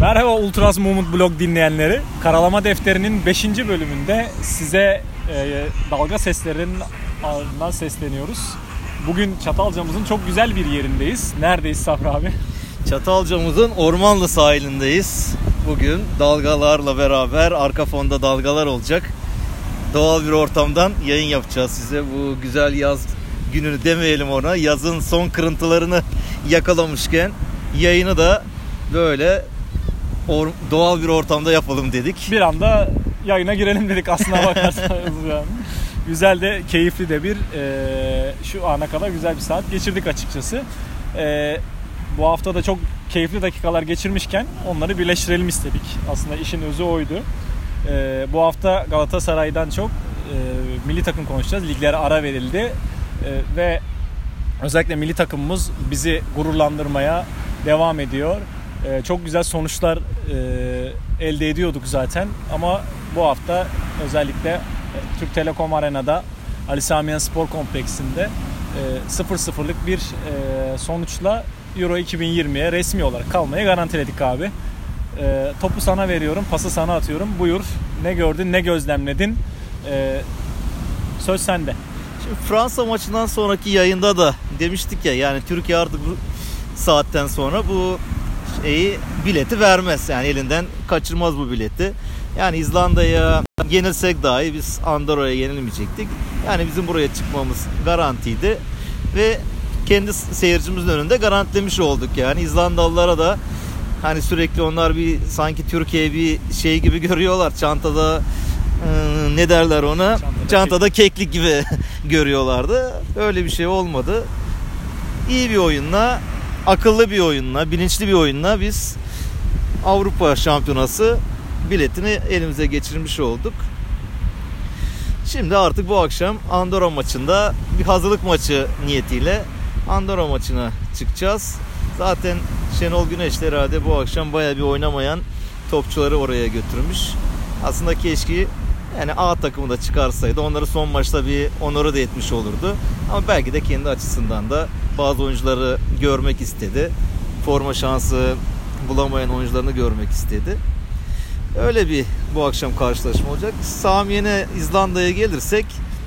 Merhaba Ultras Movement Blog dinleyenleri. Karalama Defteri'nin 5. bölümünde size dalga seslerinin ardından sesleniyoruz. Bugün Çatalca'mızın çok güzel bir yerindeyiz. Neredeyiz Sabri abi? Çatalca'mızın Ormanlı sahilindeyiz. Bugün dalgalarla beraber arka fonda dalgalar olacak. Doğal bir ortamdan yayın yapacağız size. Bu güzel yaz gününü demeyelim ona. Yazın son kırıntılarını yakalamışken yayını da böyle doğal bir ortamda yapalım dedik. Bir anda yayına girelim dedik aslına bakarsanız yani. Güzel de keyifli de bir şu ana kadar güzel bir saat geçirdik açıkçası. Bu hafta da çok keyifli dakikalar geçirmişken onları birleştirelim istedik. Aslında işin özü oydu. Bu hafta Galatasaray'dan çok milli takım konuşacağız. Liglere ara verildi ve özellikle milli takımımız bizi gururlandırmaya devam ediyor. Çok güzel sonuçlar elde ediyorduk zaten ama bu hafta özellikle Türk Telekom Arena'da Ali Sami Yen Spor Kompleksinde 0-0'lık bir sonuçla Euro 2020'ye resmi olarak kalmayı garantiledik abi. Topu sana veriyorum, pası sana atıyorum. Buyur, ne gördün, ne gözlemledin? Söz sende. Şimdi Fransa maçından sonraki yayında da demiştik ya, yani Türkiye artık bu saatten sonra bu bileti vermez. Yani elinden kaçırmaz bu bileti. Yani İzlanda'ya yenilsek dahi biz Andorra'ya yenilmeyecektik. Yani bizim buraya çıkmamız garantiydi. Ve kendi seyircimizin önünde garantilemiş olduk. Yani İzlandalılara da hani sürekli onlar bir sanki Türkiye bir şey gibi görüyorlar. Çantada ne derler ona? Çantada keklik gibi görüyorlardı. Öyle bir şey olmadı. İyi bir oyunla, akıllı bir oyunla, bilinçli bir oyunla biz Avrupa Şampiyonası biletini elimize geçirmiş olduk. Şimdi artık bu akşam Andorra maçında bir hazırlık maçı niyetiyle Andorra maçına çıkacağız. Zaten Şenol Güneş de herhalde bu akşam bayağı bir oynamayan topçuları oraya götürmüş. Aslında keşke yani A takımı da çıkarsaydı onları son maçta bir onore de etmiş olurdu. Ama belki de kendi açısından da bazı oyuncuları görmek istedi. Forma şansı bulamayan oyuncularını görmek istedi. Öyle bir bu akşam karşılaşma olacak. Sami Yen'e, İzlanda'ya gelirsek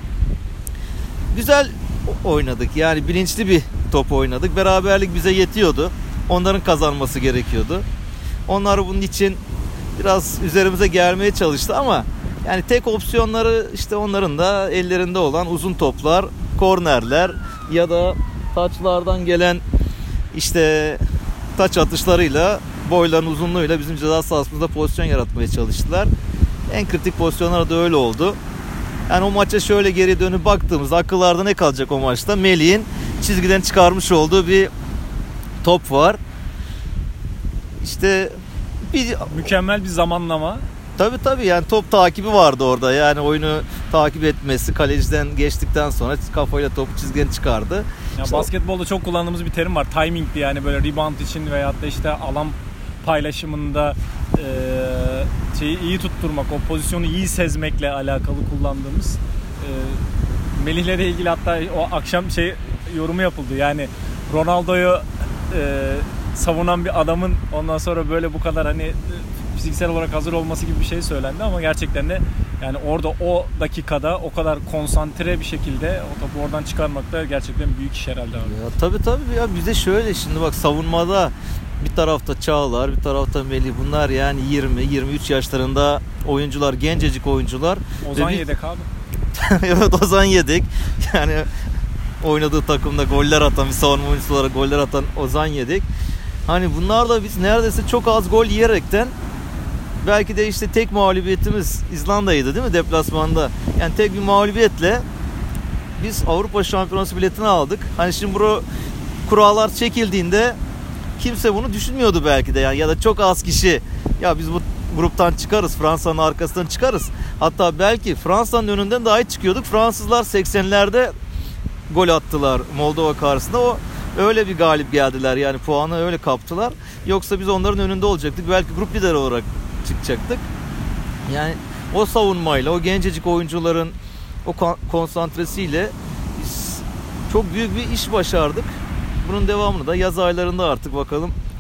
güzel oynadık. Yani bilinçli bir top oynadık. Beraberlik bize yetiyordu. Onların kazanması gerekiyordu. Onlar bunun için biraz üzerimize gelmeye çalıştı ama yani tek opsiyonları işte onların da ellerinde olan uzun toplar, kornerler ya da taçlardan gelen işte taç atışlarıyla, boyların uzunluğuyla bizim ceza sahasımızda pozisyon yaratmaya çalıştılar. En kritik pozisyonlar da öyle oldu. Yani o maça şöyle geri dönüp baktığımızda akıllarda ne kalacak o maçta? Melih'in çizgiden çıkarmış olduğu bir top var. İşte mükemmel bir zamanlama. Tabii yani top takibi vardı orada. Yani oyunu takip etmesi, kaleciden geçtikten sonra kafayla topu çizgiden çıkardı. Ya işte basketbolda çok kullandığımız bir terim var. Timing'di, yani böyle rebound için veyahut da işte alan paylaşımında şeyi iyi tutturmak, o pozisyonu iyi sezmekle alakalı kullandığımız. Melih'le de ilgili hatta o akşam yorumu yapıldı. Yani Ronaldo'yu savunan bir adamın ondan sonra böyle bu kadar hani fiziksel olarak hazır olması gibi bir şey söylendi ama gerçekten de yani orada o dakikada o kadar konsantre bir şekilde o topu oradan çıkarmak da gerçekten büyük iş herhalde abi. Ya tabii ya, bize şöyle şimdi bak, savunmada bir tarafta Çağlar, bir tarafta Melih, bunlar yani 20-23 yaşlarında oyuncular, gencecik oyuncular. Ozan yedek abi. Evet, Ozan yedek. Yani oynadığı takımda goller atan, bir savunma oyuncusu olarak goller atan Ozan yedek. Hani bunlarla biz neredeyse çok az gol yiyerekten belki de işte tek mağlubiyetimiz İzlanda'ydı değil mi deplasmanda? Yani tek bir mağlubiyetle biz Avrupa Şampiyonası biletini aldık. Hani şimdi bu kurallar çekildiğinde kimse bunu düşünmüyordu belki de yani, ya da çok az kişi ya biz bu gruptan çıkarız, Fransa'nın arkasından çıkarız. Hatta belki Fransa'nın önünden dahi çıkıyorduk. Fransızlar 80'lerde gol attılar Moldova karşısında. O öyle bir galip geldiler yani, puanı öyle kaptılar. Yoksa biz onların önünde olacaktık. Belki grup lideri olarak çıkacaktık. Yani o savunmayla, o gencecik oyuncuların o konsantresiyle biz çok büyük bir iş başardık. Bunun devamını da yaz aylarında artık bakalım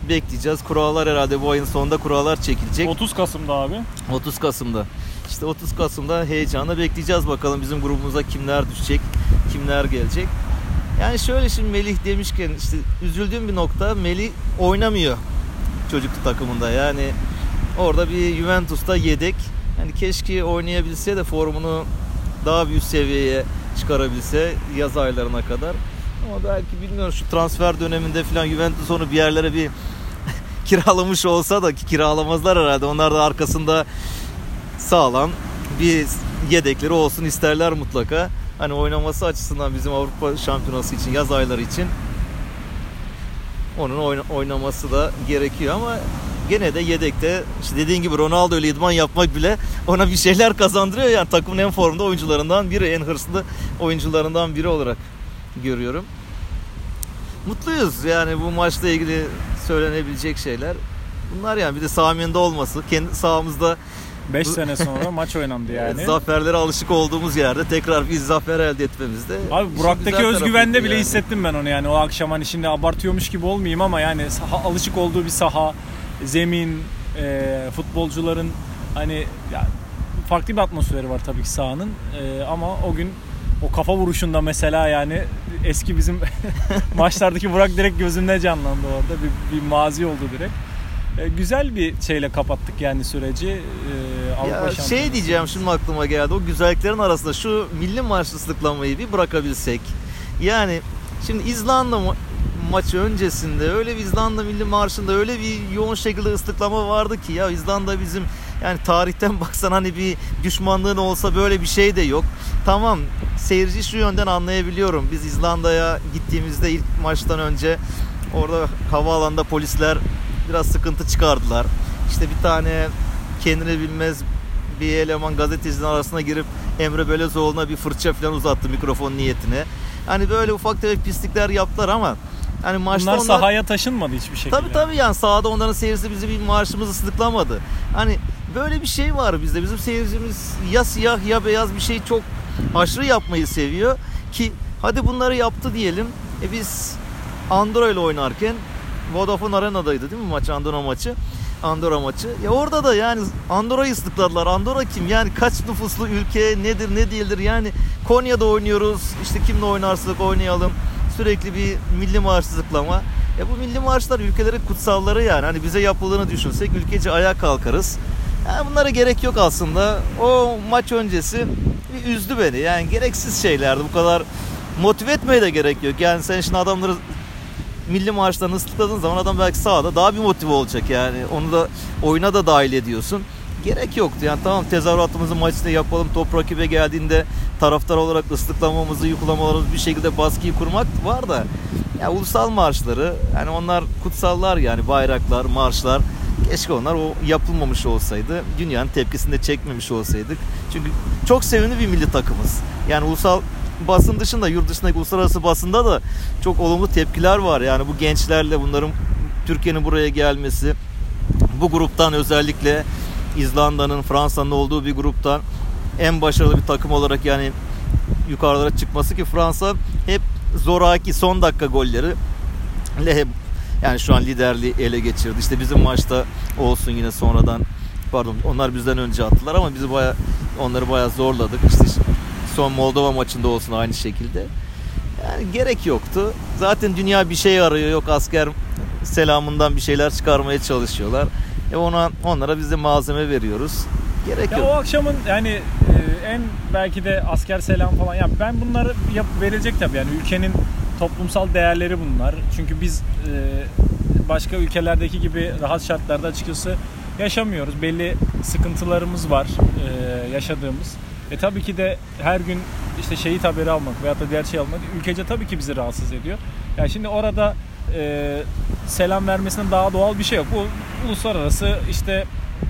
bekleyeceğiz. Kurallar herhalde bu ayın sonunda kurallar çekilecek. 30 Kasım'da abi. 30 Kasım'da. İşte 30 Kasım'da heyecanla bekleyeceğiz bakalım bizim grubumuza kimler düşecek, kimler gelecek. Yani şöyle, şimdi Melih demişken işte üzüldüğüm bir nokta, Melih oynamıyor çocukluk takımında. Yani orada bir Juventus'ta yedek. Yani keşke oynayabilse de formunu daha bir üst seviyeye çıkarabilse yaz aylarına kadar. Ama belki bilmiyorum, şu transfer döneminde falan Juventus onu bir yerlere bir kiralamış olsa da, ki kiralamazlar herhalde. Onlar da arkasında sağlam bir yedekleri olsun isterler mutlaka. Hani oynaması açısından bizim Avrupa Şampiyonası için, yaz ayları için onun oynaması da gerekiyor ama gene de yedekte işte dediğin gibi Ronaldo ile idman yapmak bile ona bir şeyler kazandırıyor. Yani takımın en formda oyuncularından biri, en hırslı oyuncularından biri olarak görüyorum. Mutluyuz yani, bu maçla ilgili söylenebilecek şeyler bunlar yani. Bir de Sami'nin de olması, kendi sahamızda 5 sene sonra maç oynandı yani. Zaferlere alışık olduğumuz yerde tekrar bir zafer elde etmemizde. Abi Burak'taki özgüvende bile hissettim ben onu yani. O akşam hani şimdi abartıyormuş gibi olmayayım ama yani alışık olduğu bir saha, zemin, futbolcuların hani yani farklı bir atmosferi var tabii ki sahanın. Ama o gün o kafa vuruşunda mesela yani eski bizim maçlardaki Burak direkt gözümde canlandı orada. Bir mazi oldu direkt. Güzel bir şeyle kapattık yani süreci. Ya şey diyeceğim, şimdi aklıma geldi. O güzelliklerin arasında şu milli maçlı ıslıklamayı bir bırakabilsek. Yani şimdi İzlanda maçı öncesinde öyle bir İzlanda milli marşında öyle bir yoğun şekilde ıslıklama vardı ki, ya İzlanda bizim yani tarihten baksan hani bir düşmanlığın olsa böyle bir şey de yok. Tamam, seyirci şu yönden anlayabiliyorum. Biz İzlanda'ya gittiğimizde ilk maçtan önce orada havaalanında polisler biraz sıkıntı çıkardılar. İşte bir tane kendini bilmez bir eleman gazetecilerin arasına girip Emre Belözoğlu'na bir fırça falan uzattı mikrofon niyetine. Hani böyle ufak tefek pislikler yaptılar ama hani maçta bunlar sahaya taşınmadı hiçbir şekilde. Tabii yani sahada onların seyircisi bizi bir marşımızı ıslıklamadı. Hani böyle bir şey var bizde. Bizim seyircimiz ya siyah ya beyaz bir şey çok aşırı yapmayı seviyor ki hadi bunları yaptı diyelim. Biz Andorra ile oynarken Vodafone Arena'daydı değil mi maç, Andorra maçı. Ya orada da yani Andorra'yı ıslıkladılar. Andorra kim? Yani kaç nüfuslu ülke, nedir ne değildir? Yani Konya'da oynuyoruz. İşte kimle oynarsak oynayalım. Sürekli bir milli marş ıslıklama. Bu milli marşlar ülkelerin kutsalları yani. Hani bize yapıldığını düşünsek ülkece ayağa kalkarız. Yani bunlara gerek yok aslında. O maç öncesi bir üzdü beni. Yani gereksiz şeylerdi. Bu kadar motive etmeye de gerek yok. Yani sen şimdi adamları milli marşlarını ıslıkladığın zaman adam belki sahada daha bir motive olacak yani. Onu da oyuna da dahil ediyorsun. Gerek yoktu yani. Tamam, tezahüratımızı maçta yapalım. Top rakibe geldiğinde taraftar olarak ıslıklamamızı, yuklamalarımızı bir şekilde baskıyı kurmak var da ya ulusal marşları yani onlar kutsallar yani, bayraklar, marşlar. Keşke onlar o yapılmamış olsaydı. Dünyanın tepkisini de çekmemiş olsaydık. Çünkü çok sevimli bir milli takımız. Yani ulusal basın dışında, yurt dışındaki uluslararası basında da çok olumlu tepkiler var. Yani bu gençlerle bunların, Türkiye'nin buraya gelmesi, bu gruptan özellikle İzlanda'nın, Fransa'nın olduğu bir gruptan en başarılı bir takım olarak yani yukarılara çıkması ki Fransa hep zoraki son dakika golleri hep yani şu an liderliği ele geçirdi. İşte bizim maçta olsun yine sonradan, pardon onlar bizden önce attılar ama biz onları bayağı zorladık. İşte son Moldova maçında olsun aynı şekilde. Yani gerek yoktu. Zaten dünya bir şey arıyor. Yok asker selamından bir şeyler çıkarmaya çalışıyorlar. Onlara biz de malzeme veriyoruz. Gerek yok. O akşamın yani en belki de asker selam falan. Ya ben bunları verilecek tabii yani ülkenin toplumsal değerleri bunlar. Çünkü biz başka ülkelerdeki gibi rahat şartlarda açıkçası yaşamıyoruz. Belli sıkıntılarımız var yaşadığımız. Tabii ki de her gün işte şehit haberi almak veyahut da diğer şey almak ülkece tabii ki bizi rahatsız ediyor. Yani şimdi orada selam vermesinin daha doğal bir şey yok. Bu uluslararası işte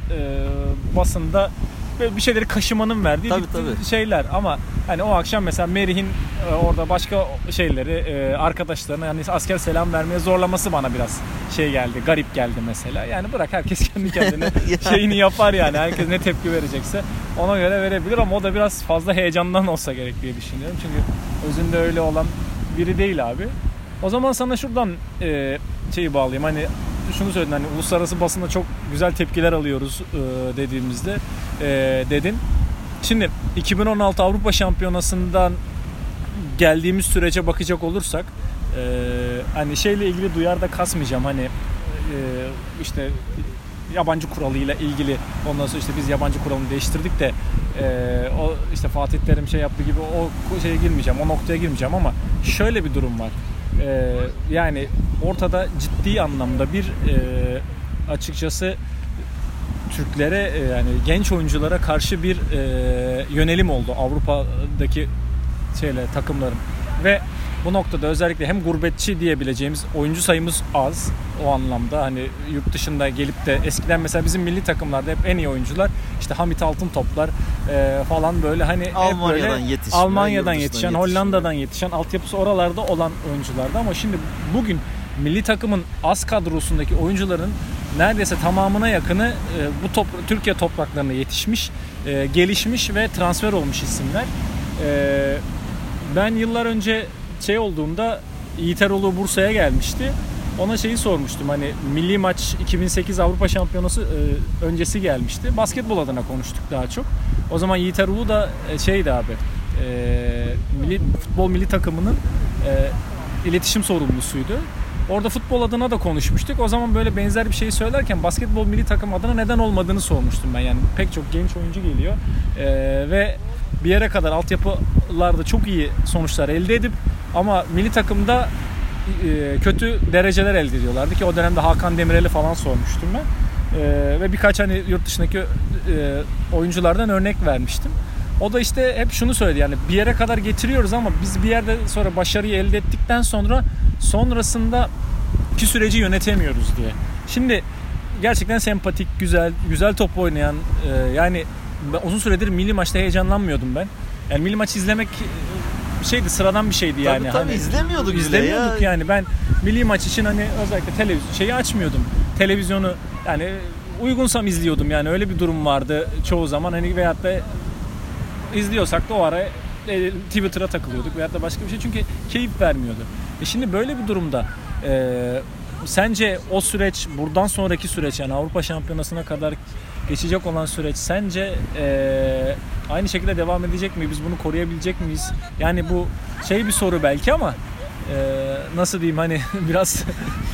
basında bir şeyleri kaşımanın verdiği tabii. şeyler ama hani o akşam mesela Merih'in orada başka şeyleri arkadaşlarına yani asker selam vermeye zorlaması bana biraz şey geldi, garip geldi mesela. Yani bırak herkes kendi kendine şeyini yapar yani. Herkes ne tepki verecekse ona göre verebilir ama o da biraz fazla heyecandan olsa gerek diye düşünüyorum. Çünkü özünde öyle olan biri değil abi. O zaman sana şuradan şeyi bağlayayım. Hani şunu söyledin, hani uluslararası basında çok güzel tepkiler alıyoruz dediğimizde dedin. Şimdi 2016 Avrupa Şampiyonası'ndan geldiğimiz sürece bakacak olursak hani şeyle ilgili duyar da kasmayacağım, hani işte yabancı kuralıyla ilgili, ondan sonra işte biz yabancı kuralını değiştirdik de o işte Fatih Terim şey yaptı gibi o şeye girmeyeceğim, o noktaya girmeyeceğim, ama şöyle bir durum var. Yani ortada ciddi anlamda bir açıkçası Türklere yani genç oyunculara karşı bir yönelim oldu Avrupa'daki takımların ve bu noktada özellikle hem gurbetçi diyebileceğimiz oyuncu sayımız az o anlamda, hani yurt dışında gelip de eskiden mesela bizim milli takımlarda hep en iyi oyuncular işte Hamit Altıntoplar falan böyle hani Almanya'dan yetişen, Hollanda'dan yetişen, altyapısı oralarda olan oyunculardı, ama şimdi bugün milli takımın az kadrosundaki oyuncuların neredeyse tamamına yakını Türkiye topraklarına yetişmiş, gelişmiş ve transfer olmuş isimler. Ben yıllar önce olduğunda Yiğit Erol Bursa'ya gelmişti. Ona şeyi sormuştum, hani milli maç 2008 Avrupa Şampiyonası öncesi gelmişti. Basketbol adına konuştuk daha çok. O zaman Yiğit Erol da şeydi abi, futbol milli takımının iletişim sorumlusuydu. Orada futbol adına da konuşmuştuk. O zaman böyle benzer bir şeyi söylerken basketbol milli takım adına neden olmadığını sormuştum ben. Yani pek çok genç oyuncu geliyor ve bir yere kadar altyapılarda çok iyi sonuçlar elde edip ama milli takımda kötü dereceler elde ediyorlardı ki o dönemde Hakan Demirel'i falan sormuştum ben. Ve birkaç hani yurt dışındaki oyunculardan örnek vermiştim. O da işte hep şunu söyledi, yani bir yere kadar getiriyoruz ama biz bir yerde sonra başarıyı elde ettikten sonrasındaki süreci yönetemiyoruz diye. Şimdi gerçekten sempatik, güzel top oynayan, yani uzun süredir milli maçta heyecanlanmıyordum ben. Yani milli maç izlemek sıradan bir şeydi yani. Tabii hani izlemiyorduk yani. Ben milli maç için hani özellikle açmıyordum. Televizyonu yani uygunsam izliyordum, yani öyle bir durum vardı çoğu zaman, hani veyahut da izliyorsak da o ara Twitter'a takılıyorduk veyahut da başka bir şey, çünkü keyif vermiyordu. Şimdi böyle bir durumda sence o süreç, buradan sonraki süreç, yani Avrupa Şampiyonası'na kadar geçecek olan süreç sence aynı şekilde devam edecek mi? Biz bunu koruyabilecek miyiz? Yani bu bir soru belki ama nasıl diyeyim, hani biraz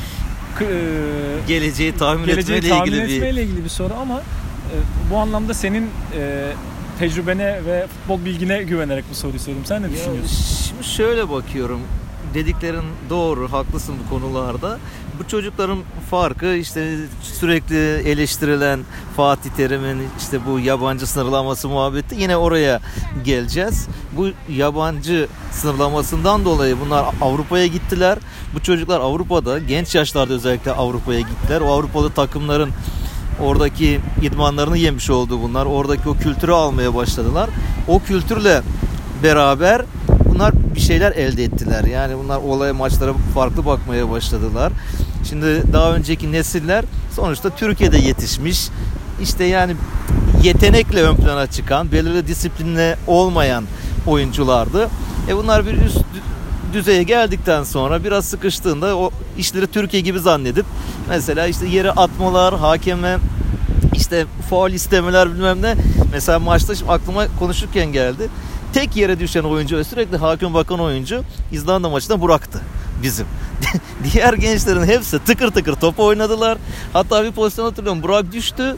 geleceği tahmin etmeyle ilgili bir soru ama bu anlamda senin tecrübene ve futbol bilgine güvenerek bu soruyu soruyorum. Sen ne düşünüyorsun? Şimdi şöyle bakıyorum. Dediklerin doğru, haklısın bu konularda. Bu çocukların farkı işte sürekli eleştirilen Fatih Terim'in işte bu yabancı sınırlaması muhabbeti, yine oraya geleceğiz. Bu yabancı sınırlamasından dolayı bunlar Avrupa'ya gittiler. Bu çocuklar Avrupa'da genç yaşlarda özellikle Avrupa'ya gittiler. O Avrupalı takımların oradaki idmanlarını yemiş oldu bunlar. Oradaki o kültürü almaya başladılar. O kültürle beraber bunlar bir şeyler elde ettiler. Yani bunlar olaya, maçlara farklı bakmaya başladılar. Şimdi daha önceki nesiller sonuçta Türkiye'de yetişmiş. İşte yani yetenekle ön plana çıkan, belirli disiplinle olmayan oyunculardı. Bunlar bir üst düzeye geldikten sonra biraz sıkıştığında o işleri Türkiye gibi zannedip mesela işte yere atmalar, hakeme işte faul istemeler bilmem ne. Mesela maçta şimdi aklıma konuşurken geldi. Tek yere düşen oyuncu ve sürekli hakem bakan oyuncu İzlanda maçında Burak'tı bizim. Diğer gençlerin hepsi tıkır tıkır top oynadılar. Hatta bir pozisyon hatırlıyorum. Burak düştü.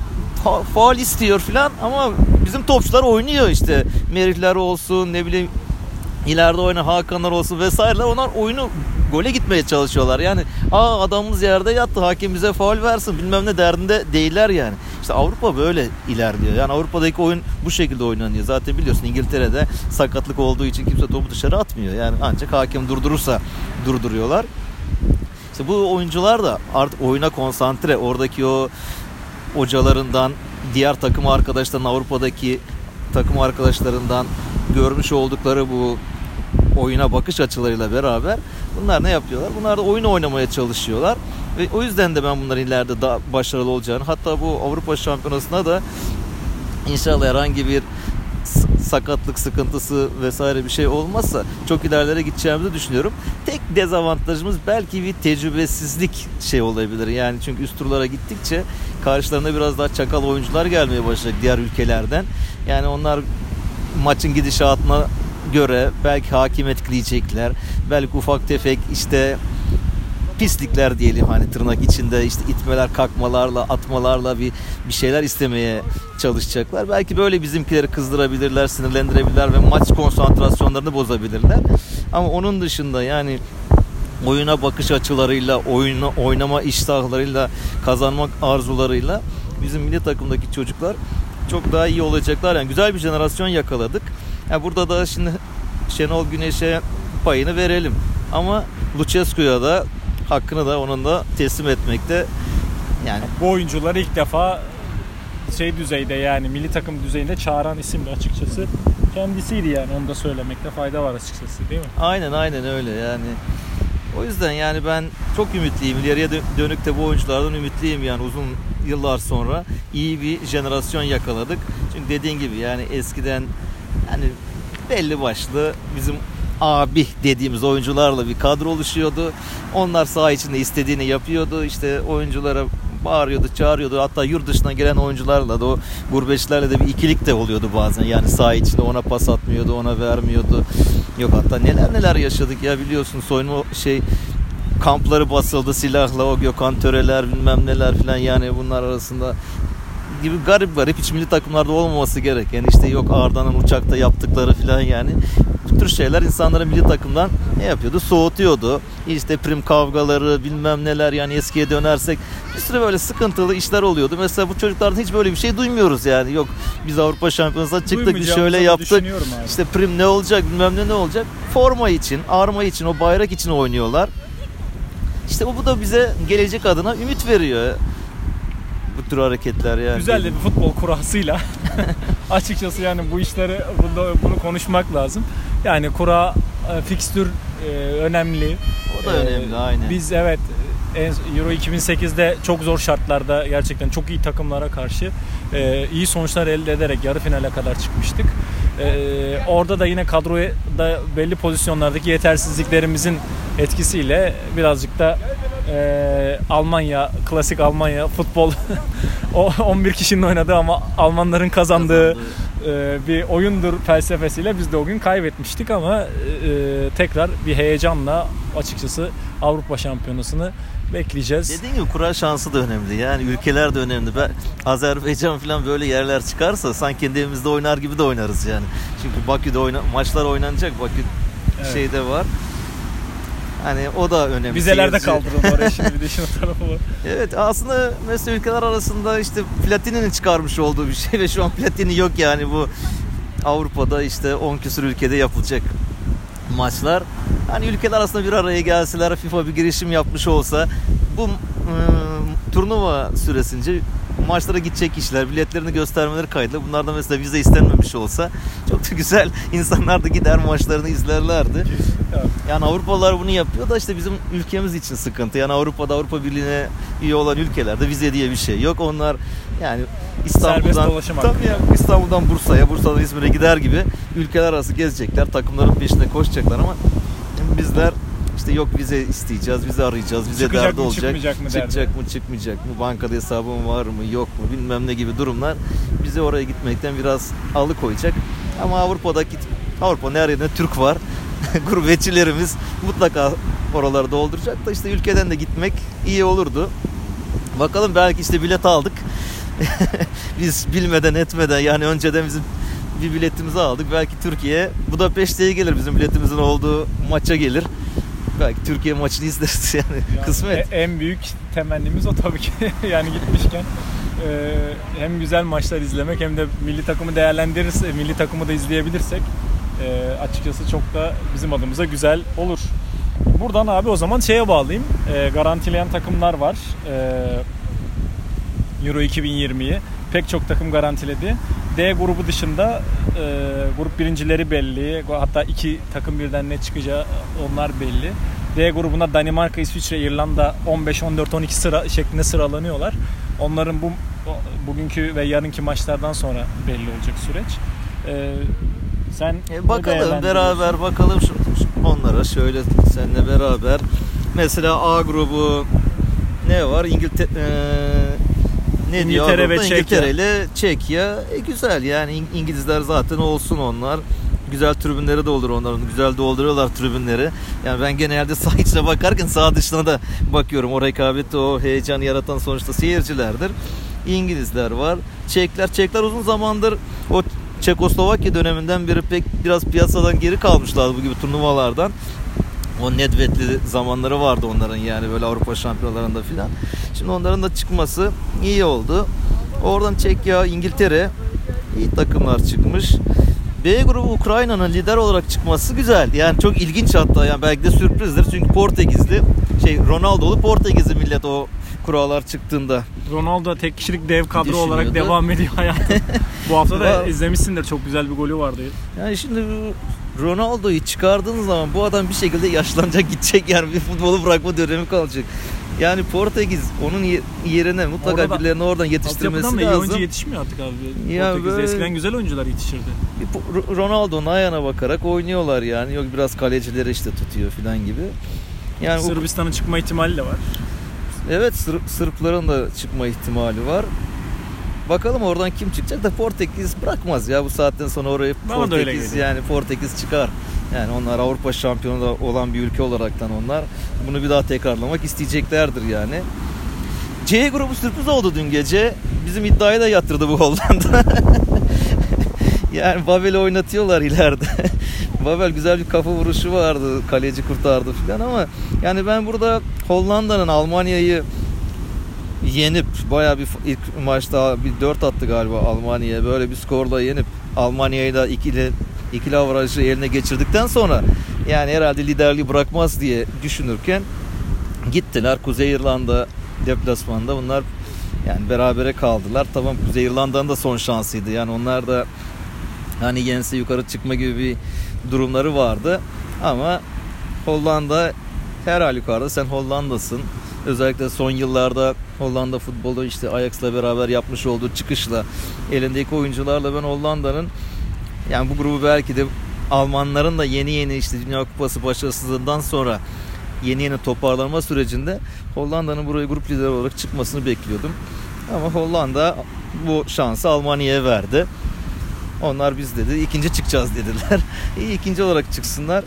Faul istiyor falan ama bizim topçular oynuyor işte. Merihler olsun, ne bileyim ileride oynayan Hakanlar olsun vesaireler. Onlar oyunu gole gitmeye çalışıyorlar. Yani adamımız yerde yattı, hakem bize faul versin bilmem ne derdinde değiller yani. İşte Avrupa böyle ilerliyor. Yani Avrupa'daki oyun bu şekilde oynanıyor. Zaten biliyorsun İngiltere'de sakatlık olduğu için kimse topu dışarı atmıyor. Yani ancak hakem durdurursa durduruyorlar. İşte bu oyuncular da artık oyuna konsantre. Oradaki o hocalarından, diğer takım arkadaşlarından, Avrupa'daki takım arkadaşlarından görmüş oldukları bu oyuna bakış açılarıyla beraber bunlar ne yapıyorlar? Bunlar da oyunu oynamaya çalışıyorlar. Ve o yüzden de ben bunların ileride daha başarılı olacağını, hatta bu Avrupa Şampiyonası'na da inşallah herhangi bir sakatlık sıkıntısı vesaire bir şey olmazsa çok ilerlere gideceğimizi düşünüyorum. Tek dezavantajımız belki bir tecrübesizlik şey olabilir. Yani çünkü üst turlara gittikçe karşılarına biraz daha çakal oyuncular gelmeye başlayacak diğer ülkelerden. Yani onlar maçın gidişatına göre belki hakim etkileyecekler. Belki ufak tefek işte pislikler diyelim, hani tırnak içinde, işte itmeler, kalkmalarla, atmalarla bir şeyler istemeye çalışacaklar. Belki böyle bizimkileri kızdırabilirler, sinirlendirebilirler ve maç konsantrasyonlarını bozabilirler. Ama onun dışında yani oyuna bakış açılarıyla, oynama iştahlarıyla, kazanmak arzularıyla bizim milli takımdaki çocuklar çok daha iyi olacaklar. Yani güzel bir jenerasyon yakaladık. Yani burada da şimdi Şenol Güneş'e payını verelim. Ama Lucescu'ya da hakkını da onun da teslim etmekte. Yani bu oyuncuları ilk defa düzeyde, yani milli takım düzeyinde çağıran isim de açıkçası kendisiydi, yani onu da söylemekte fayda var açıkçası, değil mi? Aynen öyle yani. O yüzden yani ben çok ümitliyim. İleriye dönük de bu oyunculardan ümitliyim yani, uzun yıllar sonra iyi bir jenerasyon yakaladık. Çünkü dediğin gibi yani eskiden yani belli başlı bizim abi dediğimiz oyuncularla bir kadro oluşuyordu. Onlar saha içinde istediğini yapıyordu. İşte oyunculara bağırıyordu, çağırıyordu. Hatta yurt dışından gelen oyuncularla da, o gurbetçilerle de bir ikilik de oluyordu bazen. Yani saha içinde ona pas atmıyordu, ona vermiyordu. Yok, hatta neler yaşadık ya, biliyorsun, soyunma kampları basıldı silahla, o Gökhan Töreler bilmem neler filan, yani bunlar arasında gibi garip hiç milli takımlarda olmaması gerek. Yani işte yok Arda'nın uçakta yaptıkları filan, yani bu tür şeyler insanları milli takımdan ne yapıyordu? Soğutuyordu. İşte prim kavgaları bilmem neler, yani eskiye dönersek bir sürü böyle sıkıntılı işler oluyordu. Mesela bu çocuklardan hiç böyle bir şey duymuyoruz yani. Yok biz Avrupa Şampiyonası'na çıktık, biz şöyle yaptık. İşte prim ne olacak bilmem ne olacak. Forma için, arma için, o bayrak için oynuyorlar. İşte bu da bize gelecek adına ümit veriyor. Bu tür hareketler yani. Güzel de bir futbol kurasıyla açıkçası yani bu işleri, bunu konuşmak lazım. Yani kura, fikstür önemli. O da önemli, aynen. Biz evet Euro 2008'de çok zor şartlarda gerçekten çok iyi takımlara karşı iyi sonuçlar elde ederek yarı finale kadar çıkmıştık. Orada da yine kadroda belli pozisyonlardaki yetersizliklerimizin etkisiyle birazcık da Almanya, klasik Almanya futbol o 11 kişinin oynadığı ama Almanların kazandığı bir oyundur felsefesiyle biz de o gün kaybetmiştik ama tekrar bir heyecanla açıkçası Avrupa Şampiyonası'nı bekleyeceğiz. Dediğim gibi kura şansı da önemli. Yani ülkeler de önemli. Azerbaycan falan böyle yerler çıkarsa sanki kendi evimizde oynar gibi de oynarız yani. Çünkü Bakü'de maçlar oynanacak. Bakü şeyde var. Hani o da önemli. Vizelerde kaldırıldı oraya, şimdi bir de işin tarafı var. Evet, aslında mesela ülkeler arasında işte Platini'nin çıkarmış olduğu bir şey ve şu an Platini yok yani, bu Avrupa'da işte 10 küsur ülkede yapılacak maçlar. Hani ülkeler arasında bir araya gelseler, FIFA bir girişim yapmış olsa, bu turnuva süresince maçlara gidecek kişiler biletlerini göstermeleri kaydıyla bunlardan mesela vize istenmemiş olsa çok da güzel, insanlar da gider maçlarını izlerlerdi. Yani Avrupalılar bunu yapıyor da işte bizim ülkemiz için sıkıntı. Yani Avrupa'da, Avrupa Birliği'ne üye olan ülkelerde vize diye bir şey yok. Onlar yani İstanbul'dan Bursa'ya, Bursa'dan İzmir'e gider gibi ülkeler arası gezecekler, takımların peşinde koşacaklar ama bizler işte yok vize isteyeceğiz, vize arayacağız, vize çıkacak derdi mı, olacak. Çıkacak mı, çıkmayacak mı, bankada hesabım var mı, yok mu, bilmem ne gibi durumlar bizi oraya gitmekten biraz alıkoyacak. Ama Avrupa nerede Türk var. Gurbetçilerimiz mutlaka oraları dolduracak da işte ülkeden de gitmek iyi olurdu. Bakalım, belki işte bilet aldık. Biz bilmeden etmeden, yani önceden bizim bir biletimizi aldık. Belki Türkiye Budapeşte'ye gelir, bizim biletimizin olduğu maça gelir. Belki Türkiye maçını izleriz yani kısmet. En büyük temennimiz o tabii ki. Yani gitmişken hem güzel maçlar izlemek hem de milli takımı değerlendirirse, milli takımı da izleyebilirsek açıkçası çok da bizim adımıza güzel olur. Buradan abi o zaman şeye bağlayayım. Garantileyen takımlar var. Euro 2020'yi pek çok takım garantiledi. D grubu dışında grup birincileri belli. Hatta 2 takım birden ne çıkacağı onlar belli. D grubuna Danimarka, İsviçre, İrlanda 15, 14, 12 sıra şeklinde sıralanıyorlar. Onların bugünkü ve yarınki maçlardan sonra belli olacak süreç. Sen bakalım beraber bakalım onlara şöyle seninle beraber. Mesela A grubu ne var? İngiltere ve İngiltere ile Çekya. Güzel yani, İngilizler zaten olsun onlar. Güzel tribünleri de olur onların. Güzel dolduruyorlar tribünleri. Yani ben genelde saha içine bakarken saha dışına da bakıyorum. O rekabeti, o heyecanı yaratan sonuçta seyircilerdir. İngilizler var. Çekler uzun zamandır o Çekoslovakya döneminden beri biraz piyasadan geri kalmışlar bu gibi turnuvalardan. O Nedved'li zamanları vardı onların, yani böyle Avrupa şampiyonalarında filan. Şimdi onların da çıkması iyi oldu. Oradan Çekya, İngiltere iyi takımlar çıkmış. B grubu Ukrayna'nın lider olarak çıkması güzel. Yani çok ilginç hatta, yani belki de sürprizdir. Çünkü Portekizli, Ronaldo'lu Portekizli millet o kurallar çıktığında. Ronaldo tek kişilik dev kadro olarak devam ediyor hayatı. Bu hafta da izlemişsindir, çok güzel bir golü vardı. Yani şimdi Ronaldo'yu çıkardığınız zaman bu adam bir şekilde yaşlanacak, gidecek, yani bir futbolu bırakma dönemi kalacak. Yani Portekiz onun yerine mutlaka birilerini oradan yetiştirmesi lazım. İyi oyuncu yetişmiyor artık abi. Ya Portekiz'de eskiden güzel oyuncular yetişirdi. Ronaldo'nun ayağına bakarak oynuyorlar yani. Yok biraz kalecileri işte tutuyor filan gibi. Yani Sırbistan'ın çıkma ihtimali de var. Evet, Sırpların da çıkma ihtimali var. Bakalım oradan kim çıkacak da Portekiz bırakmaz ya bu saatten sonra orayı. Portekiz, yani Portekiz çıkar. Yani onlar Avrupa şampiyonu da olan bir ülke olaraktan onlar bunu bir daha tekrarlamak isteyeceklerdir yani. C grubu sürpriz oldu dün gece. Bizim iddiayı da yatırdı bu Hollanda. Yani Babel'i oynatıyorlar ileride. Babel güzel bir kafa vuruşu vardı. Kaleci kurtardı falan ama yani ben burada Hollanda'nın Almanya'yı yenip bayağı bir ilk maçta bir 4 attı galiba Almanya'ya. Böyle bir skorla yenip Almanya'yı da ikili avarajı eline geçirdikten sonra yani herhalde liderliği bırakmaz diye düşünürken gittiler Kuzey İrlanda deplasmanda. Bunlar yani berabere kaldılar. Tamam, Kuzey İrlanda'nın da son şansıydı. Yani onlar da hani yense yukarı çıkma gibi bir durumları vardı. Ama Hollanda her halükarda, sen Hollanda'sın. Özellikle son yıllarda Hollanda futbolu işte Ajax'la beraber yapmış olduğu çıkışla, elindeki oyuncularla ben Hollanda'nın yani bu grubu belki de Almanların da yeni işte Dünya Kupası başarısızlığından sonra yeni toparlanma sürecinde Hollanda'nın buraya grup lideri olarak çıkmasını bekliyordum. Ama Hollanda bu şansı Almanya'ya verdi. Onlar biz dedi ikinci çıkacağız dediler. İyi, ikinci olarak çıksınlar.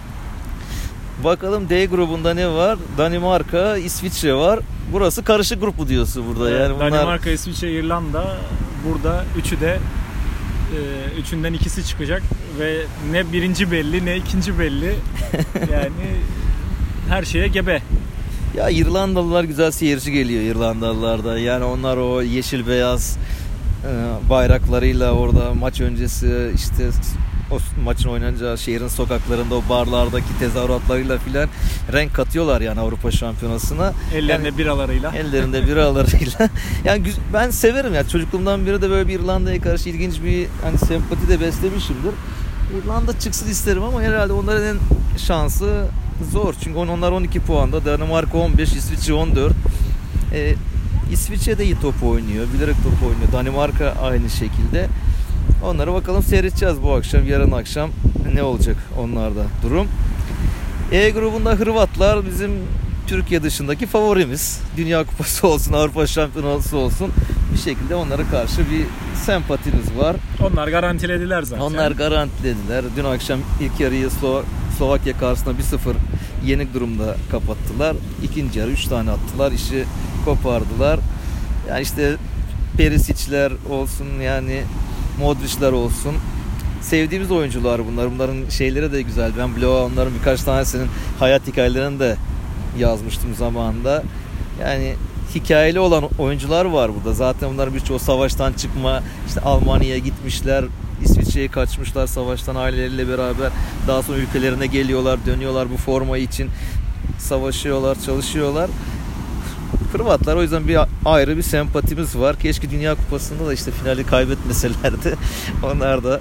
Bakalım D grubunda ne var? Danimarka, İsviçre var. Burası karışık grubu diyorsun burada. Evet, yani bunlar... Danimarka, İsviçre, İrlanda. Burada üçünden ikisi çıkacak ve ne birinci belli ne ikinci belli. Yani her şeye gebe. Ya İrlandalılar güzel seyirci geliyor İrlandalılarda. Yani onlar o yeşil beyaz bayraklarıyla orada maç öncesi işte o maçın oynanacağı şehrin sokaklarında o barlardaki tezahüratlarıyla filan renk katıyorlar yani Avrupa Şampiyonası'na. Ellerinde yani, biralarıyla. Yani ben severim ya. Çocukluğumdan beri de böyle bir İrlanda'ya karşı ilginç bir hani sempati de beslemişimdir. İrlanda çıksın isterim ama herhalde onların en şansı zor. Çünkü onlar 12 puanda, Danimarka 15, İsviçre 14. İsviçre de iyi top oynuyor. Bilerek top oynuyor. Danimarka aynı şekilde. Onlara bakalım seyredeceğiz bu akşam. Yarın akşam ne olacak onlarda durum. E grubunda Hırvatlar bizim Türkiye dışındaki favorimiz. Dünya Kupası olsun, Avrupa Şampiyonası olsun. Bir şekilde onlara karşı bir sempatimiz var. Onlar garantilediler zaten. Onlar garantilediler. Dün akşam ilk yarıyı Slovakya karşısında 1-0 yenik durumda kapattılar. İkinci yarı 3 tane attılar. İşi kopardılar. Yani işte Perisic'ler olsun, yani Modric'ler olsun. Sevdiğimiz oyuncular bunlar. Bunların şeyleri de güzel. Ben blog'a onların birkaç tanesinin hayat hikayelerini de yazmıştım zamanında. Yani hikayeli olan oyuncular var burada. Zaten bunlar birçoğu savaştan çıkma. İşte Almanya'ya gitmişler. İsviçre'ye kaçmışlar savaştan aileleriyle beraber. Daha sonra ülkelerine geliyorlar, dönüyorlar bu forma için. Savaşıyorlar, çalışıyorlar. Hırvatlar, o yüzden bir ayrı bir sempatimiz var. Keşke Dünya Kupası'nda da işte finali kaybetmeselerdi. Onlar da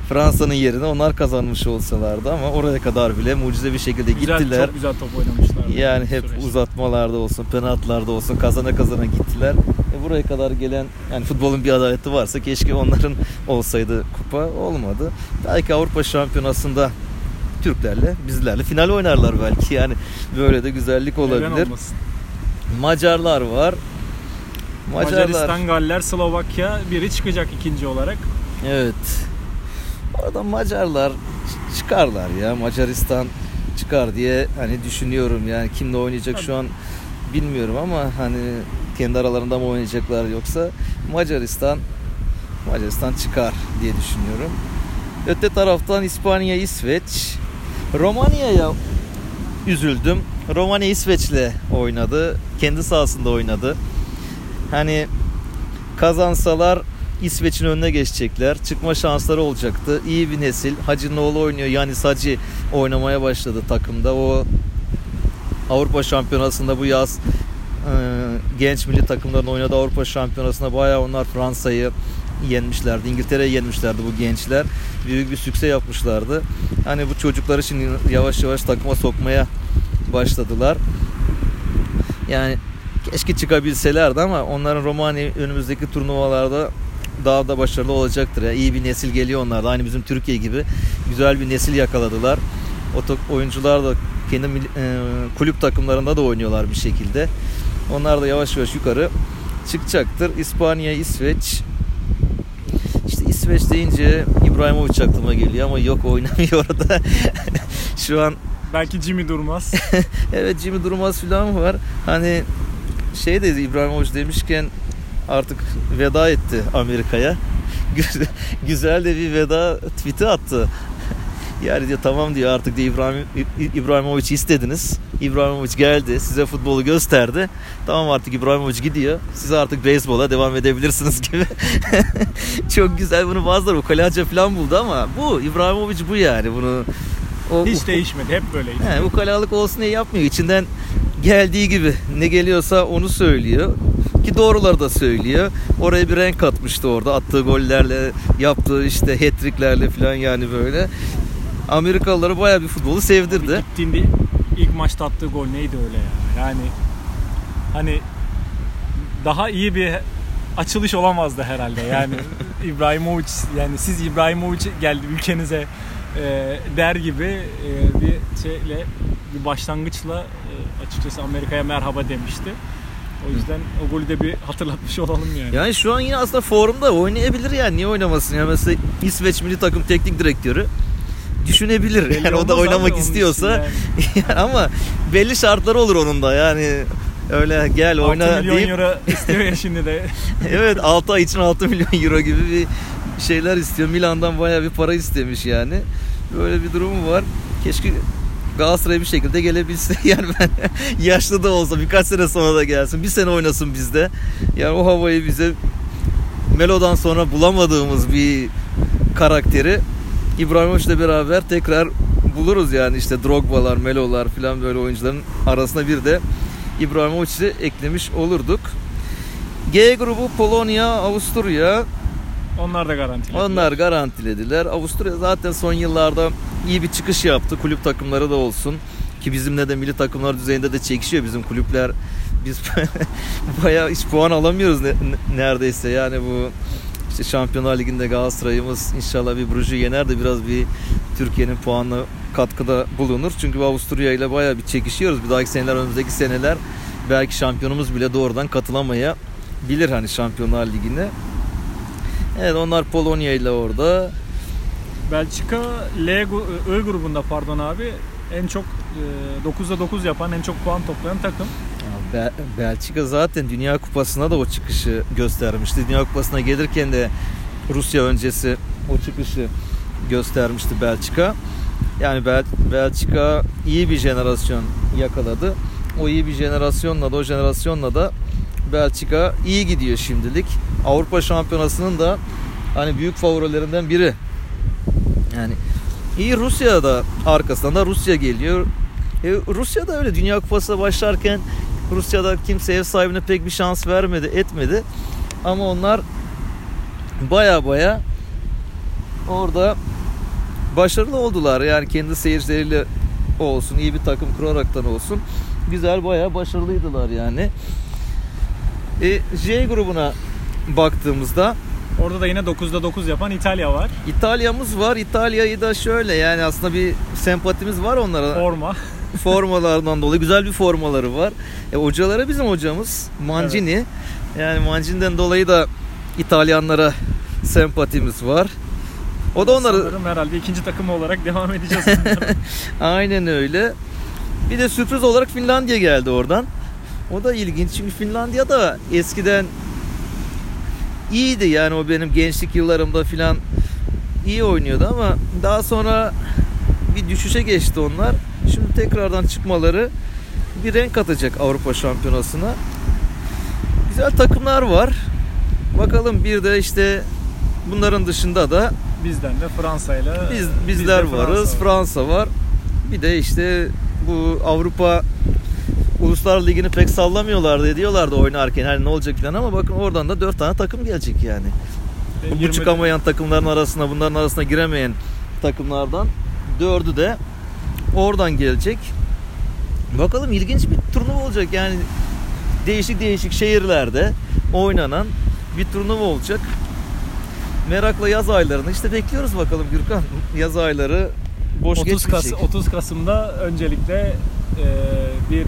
Fransa'nın yerine onlar kazanmış olsalardı ama oraya kadar bile mucize bir şekilde gittiler. Çok güzel top oynamışlar. Yani hep uzatmalarda olsun, penaltılarda olsun kazana kazana gittiler. Buraya kadar gelen, yani futbolun bir adaleti varsa keşke onların olsaydı, kupa olmadı. Belki Avrupa Şampiyonası'nda Türklerle, bizlerle final oynarlar belki. Yani böyle de güzellik olabilir. Macarlar var. Macaristan, Galler, Slovakya biri çıkacak ikinci olarak. Evet. Orada Macarlar çıkarlar ya. Macaristan çıkar diye hani düşünüyorum. Yani kimle oynayacak şu an bilmiyorum ama hani kendi aralarında mı oynayacaklar yoksa Macaristan çıkar diye düşünüyorum. Öte taraftan İspanya, İsveç. Romanya'ya üzüldüm. Romanya İsveç'le oynadı. Kendi sahasında oynadı. Hani kazansalar İsveç'in önüne geçecekler. Çıkma şansları olacaktı. İyi bir nesil. Hacı'nın oğlu oynuyor. Yanis Hacı oynamaya başladı takımda. O Avrupa Şampiyonası'nda bu yaz genç milli takımların oynadığı Avrupa Şampiyonası'nda bayağı onlar Fransa'yı yenmişlerdi. İngiltere'yi yenmişlerdi bu gençler. Büyük bir sükse yapmışlardı. Hani bu çocukları şimdi yavaş yavaş takıma sokmaya başladılar. Yani keşke çıkabilselerdi ama onların Romanya önümüzdeki turnuvalarda daha da başarılı olacaktır. Yani iyi bir nesil geliyor onlarda. Aynı bizim Türkiye gibi güzel bir nesil yakaladılar. O oyuncular da kendi kulüp takımlarında da oynuyorlar bir şekilde. Onlar da yavaş yavaş yukarı çıkacaktır. İspanya, İsveç. İşte İsveç deyince İbrahimovic aklıma geliyor ama yok, oynamıyor orada. Şu an belki Jimmy Durmaz. Evet, Jimmy Durmaz falan var. Hani dedi, İbrahimovic demişken artık veda etti Amerika'ya. Güzel de bir veda tweet'i attı. Yani diyor tamam diyor, artık diyor İbrahimovic'i istediniz. İbrahimovic geldi, size futbolu gösterdi. Tamam, artık İbrahimovic gidiyor. Siz artık beyzbola devam edebilirsiniz gibi. Çok güzel, bunu bazıları ukalaca falan buldu ama bu İbrahimovic bu yani. Bunu hiç değişmedi, hep böyleydi. Ukalalık olsun diye yapmıyor. İçinden geldiği gibi ne geliyorsa onu söylüyor. Ki doğruları da söylüyor. Oraya bir renk katmıştı orada. Attığı gollerle, yaptığı işte hat-tricklerle falan, yani böyle. Amerikalıları bayağı bir futbolu sevdirdi. Abi gittiğinde ilk maçta attığı gol neydi öyle ya? Yani hani daha iyi bir açılış olamazdı herhalde. Yani İbrahimovic, yani siz İbrahimovic geldi ülkenize der gibi bir şeyle, bir başlangıçla açıkçası Amerika'ya merhaba demişti. O yüzden o golü de bir hatırlatmış olalım yani. Yani şu an yine aslında formda oynayabilir yani. Niye oynamasın? Yani mesela İsveç milli takım teknik direktörü düşünebilir. Belli yani o da oynamak istiyorsa. Yani. Ama belli şartları olur onun da. Yani öyle gel oyna deyip. 6 milyon euro istiyor ya şimdi de. Evet, 6 ay için 6 milyon euro gibi bir şeyler istiyor. Milan'dan bayağı bir para istemiş yani. Böyle bir durum var. Keşke Galatasaray bir şekilde gelebilse. Yani ben yaşlı da olsa birkaç sene sonra da gelsin. Bir sene oynasın bizde. Yani o havayı bize, Melo'dan sonra bulamadığımız bir karakteri İbrahimovic'le beraber tekrar buluruz yani. İşte Drogba'lar, Melo'lar falan, böyle oyuncuların arasına bir de İbrahimovic'i eklemiş olurduk. G grubu Polonya, Avusturya. Onlar da garantilediler. Onlar garantilediler. Avusturya zaten son yıllarda iyi bir çıkış yaptı. Kulüp takımları da olsun. Ki bizimle de milli takımlar düzeyinde de çekişiyor bizim kulüpler. Biz bayağı hiç puan alamıyoruz neredeyse. Yani bu işte Şampiyonlar Ligi'nde Galatasaray'ımız inşallah bir Bruges'i yener de biraz bir Türkiye'nin puanına katkıda bulunur. Çünkü Avusturya ile bayağı bir çekişiyoruz. Bir dahaki seneler, önümüzdeki seneler belki şampiyonumuz bile doğrudan katılamayabilir hani Şampiyonlar Ligi'ne. Evet, onlar Polonya ile orada. Belçika I grubunda abi en çok 9'da 9 yapan, en çok puan toplayan takım. Belçika zaten Dünya Kupası'na da o çıkışı göstermişti. Dünya Kupası'na gelirken de Rusya öncesi o çıkışı göstermişti Belçika. Yani Belçika iyi bir jenerasyon yakaladı. O iyi bir jenerasyonla da Belçika iyi gidiyor şimdilik. Avrupa Şampiyonası'nın da hani büyük favorilerinden biri. Yani iyi, Rusya da arkasından da Rusya geliyor. Rusya da öyle Dünya Kupası'na başlarken Rusya'da kimse ev sahibine pek bir şans etmedi. Ama onlar baya orada başarılı oldular. Yani kendi seyircileriyle olsun, iyi bir takım kuraraktan olsun. Güzel, bayağı başarılıydılar yani. J grubuna baktığımızda orada da yine 9'da 9 yapan İtalya var. İtalya'mız var. İtalya'yı da şöyle, yani aslında bir sempatimiz var onlara. Formalardan dolayı güzel bir formaları var. Hocaları bizim hocamız Mancini. Evet. Yani Mancini'den dolayı da İtalyanlara sempatimiz var. O da onları sanırım herhalde ikinci takım olarak devam edeceğiz. Aynen öyle. Bir de sürpriz olarak Finlandiya geldi oradan. O da ilginç çünkü Finlandiya da eskiden iyiydi, yani o benim gençlik yıllarımda filan iyi oynuyordu ama daha sonra bir düşüşe geçti onlar. Şimdi tekrardan çıkmaları bir renk katacak Avrupa Şampiyonası'na. Güzel takımlar var. Bakalım, bir de işte bunların dışında da bizden de Fransa'yla bizler varız. Fransa var. Bir de işte bu Avrupa Uluslar Ligi'ni pek sallamıyorlardı, diyorlardı oynarken hani ne olacak falan, ama bakın oradan da 4 tane takım gelecek yani. Bu çıkamayan takımların arasına, bunların arasına giremeyen takımlardan 4'ü de oradan gelecek. Bakalım, ilginç bir turnuva olacak yani, değişik şehirlerde oynanan bir turnuva olacak. Merakla yaz aylarını işte bekliyoruz bakalım Gürkan. Yaz ayları boş geçmeyecek. 30 Kasım'da öncelikle bir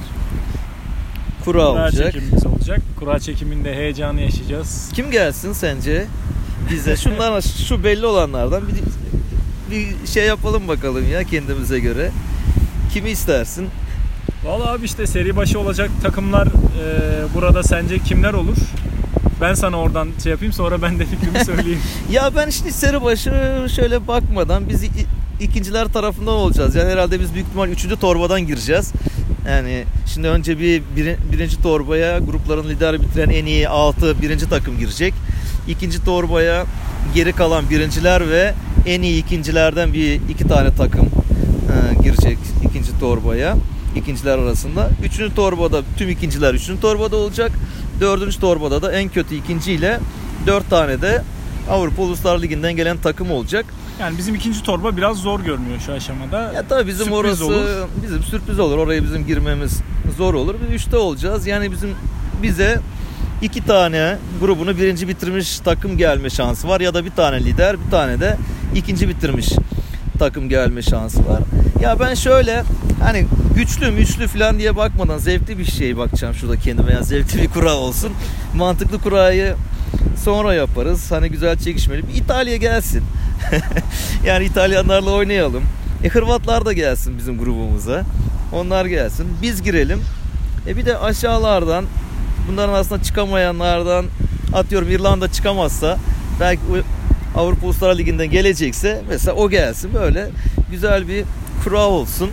kura çekimimiz olacak. Kura çekiminde heyecanı yaşayacağız. Kim gelsin sence bize? Şunlar şu belli olanlardan bir şey yapalım bakalım ya kendimize göre. Kimi istersin? Vallahi abi işte seri başı olacak takımlar burada sence kimler olur? Ben sana oradan şey yapayım, sonra ben de fikrimi söyleyeyim. Ya ben şimdi seri başı şöyle bakmadan biz ikinciler tarafından olacağız. Yani herhalde biz büyük ihtimal 3. torbadan gireceğiz. Yani şimdi önce birinci torbaya grupların lideri bitiren en iyi 6 birinci takım girecek. İkinci torbaya geri kalan birinciler ve en iyi ikincilerden iki tane takım girecek ikinci torbaya. İkinciler arasında. 3. torbada tüm ikinciler 3. torbada olacak. 4. torbada da en kötü ikinciyle 4 tane de Avrupa Uluslar Ligi'nden gelen takım olacak. Yani bizim ikinci torba biraz zor görünüyor şu aşamada. Ya tabii bizim sürpriz orası olur. Bizim sürpriz olur. Oraya bizim girmemiz zor olur. Bir 3'te olacağız. Yani bize 2 tane grubunu birinci bitirmiş takım gelme şansı var. Ya da bir tane lider, bir tane de ikinci bitirmiş takım gelme şansı var. Ya ben şöyle hani güçlü falan diye bakmadan zevkli bir şey bakacağım şurada kendime. Yani zevkli bir kura olsun. Mantıklı kurayı sonra yaparız. Hani güzel çekişmeli. Bir İtalya gelsin. Yani İtalyanlarla oynayalım. Hırvatlar da gelsin bizim grubumuza. Onlar gelsin. Biz girelim. Bir de aşağılardan, bunların arasında çıkamayanlardan, atıyorum İrlanda çıkamazsa, belki Avrupa Uluslar Ligi'nden gelecekse mesela o gelsin. Böyle güzel bir kura olsun.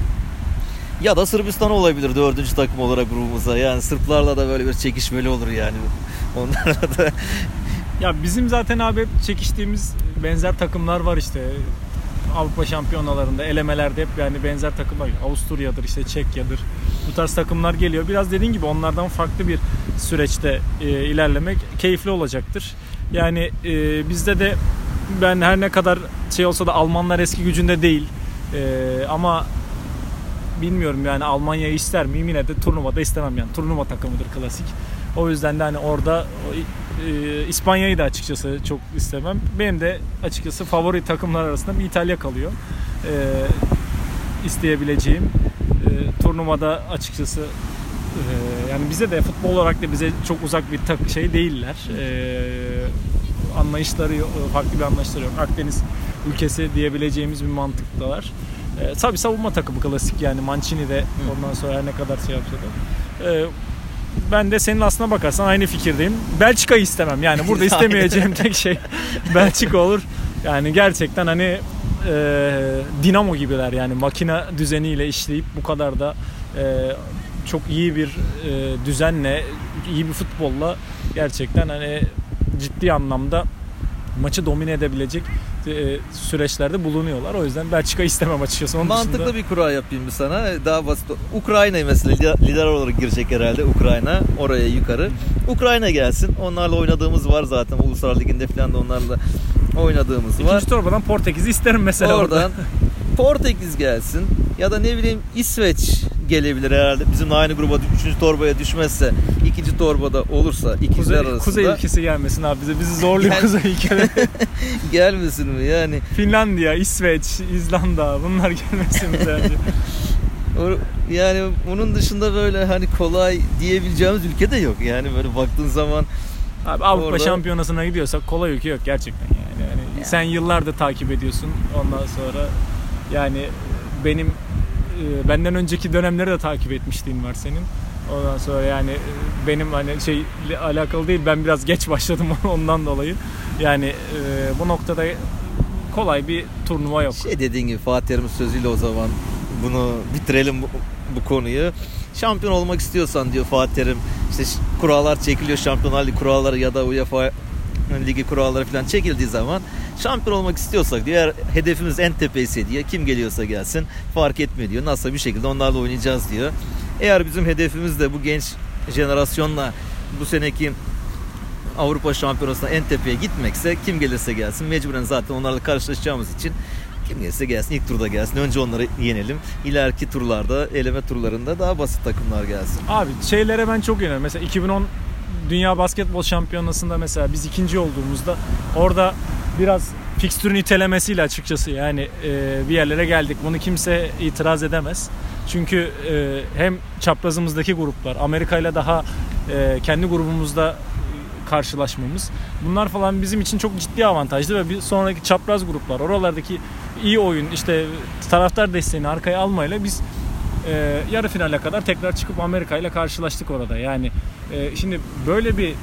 Ya da Sırbistan olabilir 4. takım olarak grubumuza. Yani Sırplarla da böyle bir çekişmeli olur yani. Onlarla da. Ya bizim zaten abi çekiştiğimiz benzer takımlar var işte. Avrupa şampiyonalarında, elemelerde hep yani benzer takımlar. Avusturya'dır, işte Çekya'dır. Bu tarz takımlar geliyor. Biraz dediğin gibi onlardan farklı bir süreçte ilerlemek keyifli olacaktır. Yani bizde de ben her ne kadar şey olsa da Almanlar eski gücünde değil. Ama bilmiyorum yani Almanya'yı ister miyim? Yine de turnuvada istemem yani. Turnuva takımıdır klasik. O yüzden de hani orada İspanya'yı da açıkçası çok istemem. Benim de açıkçası favori takımlar arasında bir İtalya kalıyor. İsteyebileceğim. Turnuvada açıkçası yani bize de futbol olarak da bize çok uzak bir şey değiller. Anlayışları yok, farklı bir anlayışları yok. Akdeniz ülkesi diyebileceğimiz bir mantıktalar. Tabii savunma takımı klasik yani Mancini de ondan sonra her ne kadar şey yapsa da. Ben de senin aslına bakarsan aynı fikirdeyim. Belçika'yı istemem. Yani burada istemeyeceğim tek şey Belçika olur. Yani gerçekten hani dinamo gibiler yani makine düzeniyle işleyip bu kadar da çok iyi bir düzenle, iyi bir futbolla gerçekten hani ciddi anlamda maçı domine edebilecek süreçlerde bulunuyorlar. O yüzden Belçika'yı istemem açıkçası. Onun mantıklı dışında bir kura yapayım sana. Daha basit. Ukrayna'yı mesela lider olarak girecek herhalde. Ukrayna oraya yukarı. Ukrayna gelsin. Onlarla oynadığımız var zaten. Uluslar Ligi'nde falan da onlarla oynadığımız var. İkinci torbadan Portekiz'i isterim mesela oradan. Portekiz gelsin ya da ne bileyim İsveç gelebilir herhalde. Bizim aynı gruba 3. torbaya düşmezse, 2. torbada olursa ikizler arasında. Kuzey ülkesi gelmesin abi bize. Bizi zorluyor Kuzey ülkeleri. Gelmesin mi yani? Finlandiya, İsveç, İzlanda bunlar gelmesin mi bence? Yani bunun dışında böyle hani kolay diyebileceğimiz ülke de yok. Yani böyle baktığın zaman abi Avrupa Şampiyonası'na gidiyorsak kolay ülke yok gerçekten yani. Sen yıllardır takip ediyorsun. Ondan sonra yani benden önceki dönemleri de takip etmişliğin var senin. Ondan sonra yani benim hani alakalı değil, ben biraz geç başladım ondan dolayı. Yani bu noktada kolay bir turnuva yok. Dediğin gibi Fatih Terim'in sözüyle o zaman bunu bitirelim bu konuyu. Şampiyon olmak istiyorsan diyor Fatih Terim, işte kurallar çekiliyor, Şampiyonlar Ligi kuralları ya da UEFA Ligi kuralları falan çekildiği zaman şampiyon olmak istiyorsak diyor, eğer hedefimiz en tepeyse diyor, kim geliyorsa gelsin fark etmiyor diyor. Nasıl bir şekilde onlarla oynayacağız diyor. Eğer bizim hedefimiz de bu genç jenerasyonla bu seneki Avrupa Şampiyonası'na en tepeye gitmekse, kim gelirse gelsin mecburen zaten onlarla karşılaşacağımız için kim gelirse gelsin, ilk turda gelsin. Önce onları yenelim. İleriki turlarda, eleme turlarında daha basit takımlar gelsin. Abi şeylere ben çok inanıyorum. Mesela 2010 Dünya Basketbol Şampiyonası'nda mesela biz ikinci olduğumuzda orada biraz fikstürün itelemesiyle açıkçası yani bir yerlere geldik. Bunu kimse itiraz edemez. Çünkü hem çaprazımızdaki gruplar, Amerika ile daha kendi grubumuzda karşılaşmamız, bunlar falan bizim için çok ciddi avantajlı ve bir sonraki çapraz gruplar, oralardaki iyi oyun, işte taraftar desteğini arkaya almayla biz yarı finale kadar tekrar çıkıp Amerika ile karşılaştık orada. Yani şimdi böyle bir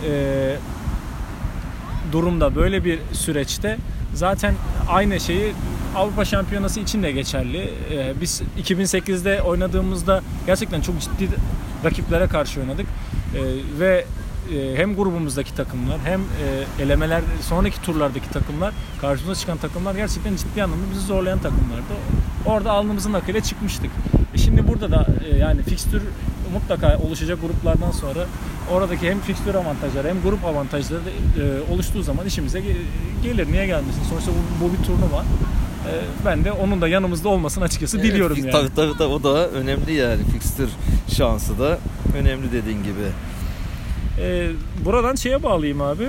durumda, böyle bir süreçte zaten aynı şeyi Avrupa Şampiyonası için de geçerli. Biz 2008'de oynadığımızda gerçekten çok ciddi rakiplere karşı oynadık ve hem grubumuzdaki takımlar hem elemeler, sonraki turlardaki takımlar, karşımıza çıkan takımlar gerçekten ciddi anlamda bizi zorlayan takımlardı. Orada alnımızın akıyla çıkmıştık. Şimdi burada da yani fikstür mutlaka oluşacak gruplardan sonra oradaki hem fikstür avantajları hem grup avantajları oluştuğu zaman işimize gelir. Niye gelmesin? Sonuçta bu bir turnuva. Ben de onun da yanımızda olmasını açıkçası diliyorum yani. Tabii o da önemli yani. Fikstür şansı da önemli dediğin gibi. Buradan şeye bağlayayım abi.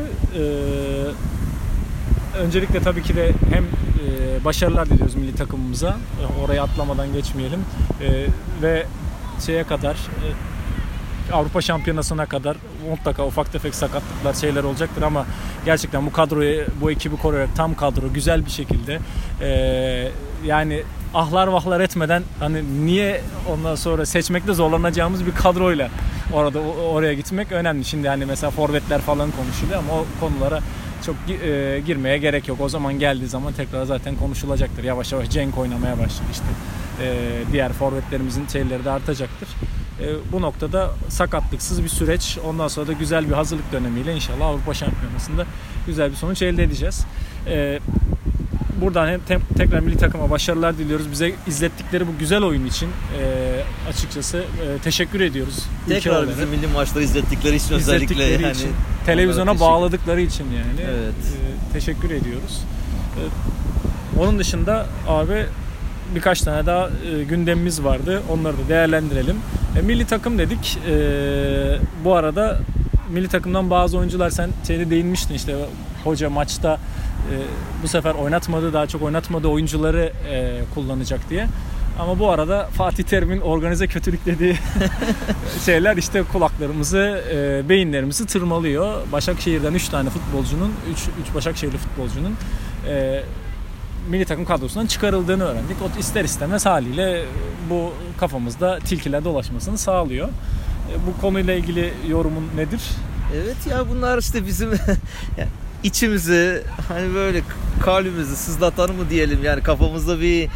Öncelikle tabii ki de hem başarılar diliyoruz milli takımımıza. Oraya atlamadan geçmeyelim. Ve şeye kadar Avrupa Şampiyonası'na kadar mutlaka ufak tefek sakatlıklar şeyler olacaktır ama gerçekten bu kadroyu, bu ekibi koruyarak tam kadro güzel bir şekilde yani ahlar vahlar etmeden hani niye ondan sonra seçmekte zorlanacağımız bir kadroyla oraya gitmek önemli. Şimdi hani mesela forvetler falan konuşuluyor ama o konulara çok girmeye gerek yok. O zaman geldiği zaman tekrar zaten konuşulacaktır. Yavaş yavaş Cenk oynamaya başladı işte. Diğer forvetlerimizin şeyleri de artacaktır. Bu noktada sakatlıksız bir süreç. Ondan sonra da güzel bir hazırlık dönemiyle inşallah Avrupa Şampiyonası'nda güzel bir sonuç elde edeceğiz. Buradan hem tekrar milli takıma başarılar diliyoruz. Bize izlettikleri bu güzel oyun için açıkçası teşekkür ediyoruz. Tekrar bizim milli maçları izlettikleri için özellikle yani için, televizyona bağladıkları için yani. Evet. Teşekkür ediyoruz. Onun dışında abi birkaç tane daha gündemimiz vardı. Onları da değerlendirelim. Milli takım dedik. Bu arada milli takımdan bazı oyuncular, sen şeyde değinmiştin işte hoca maçta bu sefer daha çok oynatmadığı oyuncuları kullanacak diye. Ama bu arada Fatih Terim'in organize kötülük dediği şeyler işte kulaklarımızı, beyinlerimizi tırmalıyor. Başakşehir'den 3 tane futbolcunun, 3 Başakşehirli futbolcunun milli takım kadrosundan çıkarıldığını öğrendik. O ister istemez haliyle bu kafamızda tilkiler dolaşmasını sağlıyor. Bu konuyla ilgili yorumun nedir? Evet ya, bunlar işte bizim içimizi hani böyle kalbimizi sızlatan mı diyelim, yani kafamızda bir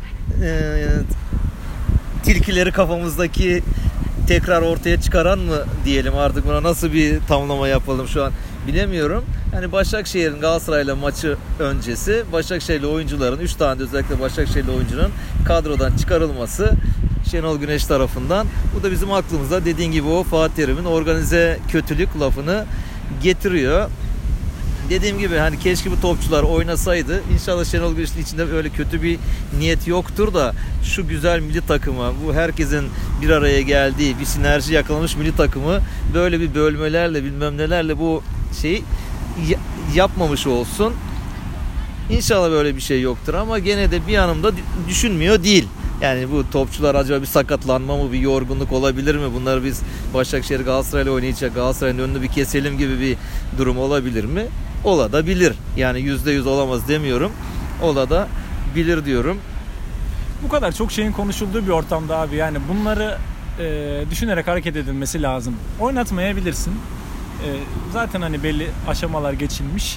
tilkileri kafamızdaki tekrar ortaya çıkaran mı diyelim, artık buna nasıl bir tamlama yapalım şu an bilemiyorum. Hani Başakşehir'in Galatasaray'la maçı öncesi Başakşehir'li oyuncuların 3 tane de özellikle Başakşehir'li oyuncunun kadrodan çıkarılması Şenol Güneş tarafından, bu da bizim aklımıza dediğin gibi o Fatih Terim'in organize kötülük lafını getiriyor. dediğim gibi hani keşke bu topçular oynasaydı. İnşallah Şenol Güneş'in içinde öyle kötü bir niyet yoktur da şu güzel milli takımı, bu herkesin bir araya geldiği bir sinerji yakalamış milli takımı böyle bir bölmelerle bilmem nelerle bu şeyi yapmamış olsun. İnşallah böyle bir şey yoktur ama gene de bir yanımda düşünmüyor değil. Yani bu topçular acaba bir sakatlanma mı, bir yorgunluk olabilir mi? Bunları biz Başakşehir Galatasaray'la oynayacak, Galatasaray'ın önünü bir keselim gibi bir durum olabilir mi? Olabilir. Yani %100 olamaz demiyorum. Olabilir diyorum. Bu kadar çok şeyin konuşulduğu bir ortamda abi, yani bunları düşünerek hareket edilmesi lazım. Oynatmayabilirsin. Zaten hani belli aşamalar geçilmiş.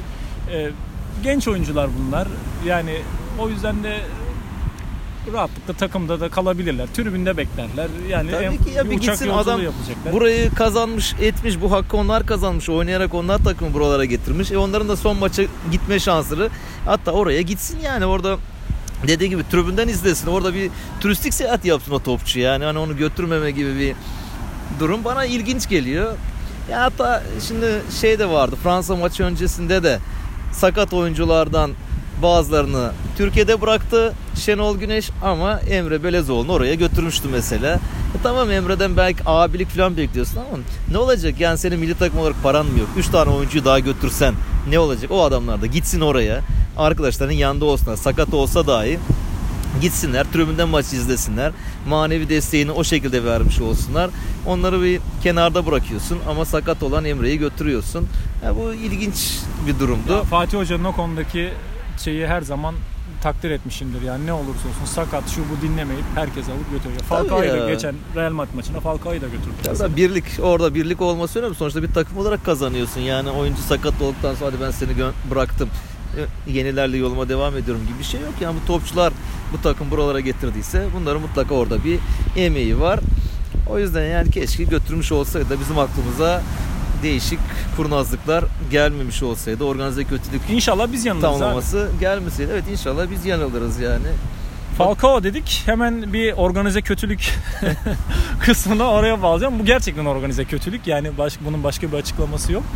Genç oyuncular bunlar. Yani o yüzden de rahatlıkla takımda da kalabilirler. Tribünde beklerler. Yani tabii ki ya, bir gitsin adam yapacaklar. Burayı kazanmış etmiş. Bu hakkı onlar kazanmış. Oynayarak onlar takımı buralara getirmiş. Onların da son maça gitme şansları. Hatta oraya gitsin yani. Orada dediği gibi tribünden izlesin. Orada bir turistik seyahat yapsın o topçu. Yani hani onu götürmeme gibi bir durum bana ilginç geliyor. Ya hatta şimdi şey de vardı. Fransa maçı öncesinde de sakat oyunculardan bazılarını Türkiye'de bıraktı Şenol Güneş ama Emre Belezoğlu'nu oraya götürmüştü mesela. Tamam, Emre'den belki abilik falan bekliyorsun ama ne olacak? Yani senin milli takım olarak paran mı yok? 3 tane oyuncuyu daha götürsen ne olacak? O adamlar da gitsin oraya. Arkadaşların yanında olsunlar. Sakat olsa dahi gitsinler. Tribünden maçı izlesinler. Manevi desteğini o şekilde vermiş olsunlar. Onları bir kenarda bırakıyorsun ama sakat olan Emre'yi götürüyorsun. Ya bu ilginç bir durumdu. Ya Fatih Hoca'nın o konudaki şeyi her zaman takdir etmişimdir. Yani ne olursa olsun sakat şu bu dinlemeyip herkes alıp götürüyor. Falcao'yu da geçen Real Madrid maçına Falcao'yu da götürdü. Orada birlik olması önemli. Sonuçta bir takım olarak kazanıyorsun. Yani oyuncu sakat olduktan sonra hadi ben seni bıraktım, yenilerle yoluma devam ediyorum gibi bir şey yok. Yani bu topçular bu takım buralara getirdiyse bunların mutlaka orada bir emeği var. O yüzden yani keşke götürmüş olsaydı da bizim aklımıza değişik kurnazlıklar gelmemiş olsaydı, organize kötülük İnşallah biz yanılırız tamamlaması gelmeseydi. Evet, inşallah biz yanılırız yani. Falcao dedik, hemen bir organize kötülük kısmına oraya bağlayacağım. Bu gerçekten organize kötülük. Yani bunun başka bir açıklaması yok.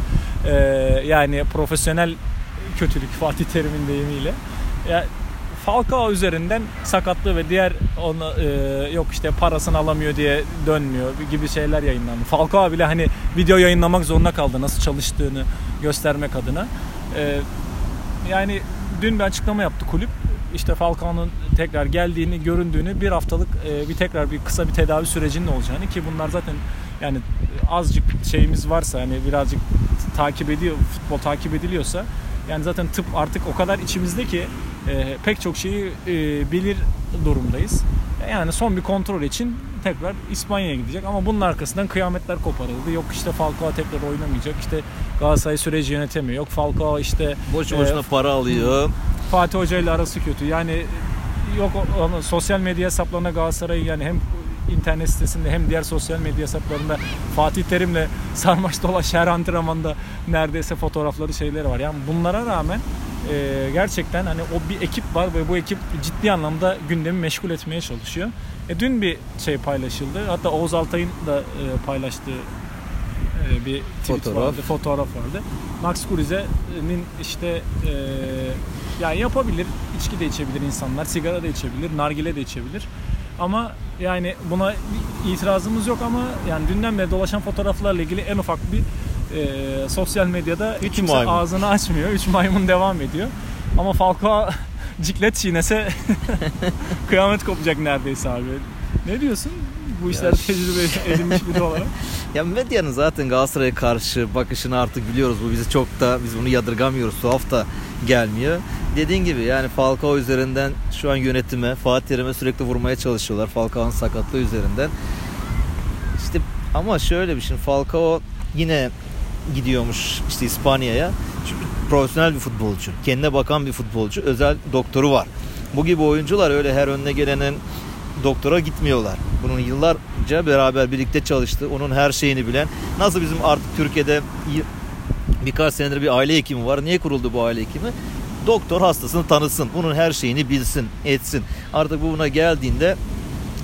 Yani profesyonel kötülük, Fatih Terim'in deyimiyle. Yani Falcao üzerinden sakatlığı ve diğer yok işte parasını alamıyor diye dönmüyor gibi şeyler yayınlandı. Falcao bile hani video yayınlamak zorunda kaldı nasıl çalıştığını göstermek adına. Yani dün bir açıklama yaptı kulüp. İşte Falcao'nun tekrar geldiğini, göründüğünü, bir haftalık bir kısa bir tedavi sürecinin olacağını, ki bunlar zaten yani azıcık şeyimiz varsa, hani birazcık futbol takip ediliyorsa, yani zaten tıp artık o kadar içimizde ki pek çok şeyi bilir durumdayız. Yani son bir kontrol için tekrar İspanya'ya gidecek ama bunun arkasından kıyametler koparıldı. Yok işte Falcao tekrar oynamayacak. İşte Galatasaray süreci yönetemiyor. Yok Falcao işte boşuna para alıyor. Fatih Hoca ile arası kötü. Yani yok sosyal medya hesaplarına Galatasaray, yani hem internet sitesinde hem diğer sosyal medya hesaplarında Fatih Terim'le sarmaş dolaş her antrenmanda neredeyse fotoğrafları, şeyleri var. Yani bunlara rağmen gerçekten hani o bir ekip var ve bu ekip ciddi anlamda gündemi meşgul etmeye çalışıyor. Dün bir şey paylaşıldı. Hatta Oğuz Altay'ın da paylaştığı bir fotoğraf vardı. Max Kruse'nin işte yani yapabilir, içki de içebilir insanlar, sigara da içebilir, nargile de içebilir. Ama yani buna itirazımız yok ama yani dünden beri dolaşan fotoğraflarla ilgili en ufak bir sosyal medyada kimse ağzını açmıyor. 3 maymun devam ediyor. Ama Falcao ciklet çiğnese kıyamet kopacak neredeyse abi. Ne diyorsun? Bu işlerde tecrübe edilmiş biri olarak. Ya medyanın zaten Galatasaray'a karşı bakışını artık biliyoruz. Biz bunu yadırgamıyoruz. Tuhaf da gelmiyor. Dediğin gibi yani Falcao üzerinden şu an yönetime, Fatih Terim'e sürekli vurmaya çalışıyorlar. Falcao'nun sakatlığı üzerinden. İşte ama şöyle bir şey. Falcao yine gidiyormuş işte İspanya'ya. Çünkü profesyonel bir futbolcu. Kendine bakan bir futbolcu. Özel doktoru var. Bu gibi oyuncular öyle her önüne gelenin doktora gitmiyorlar. Bunun yıllarca beraber birlikte çalıştı. Onun her şeyini bilen. Nasıl bizim artık Türkiye'de birkaç senedir bir aile hekimi var. Niye kuruldu bu aile hekimi? Doktor hastasını tanısın. Bunun her şeyini bilsin, etsin. Artık bu buna geldiğinde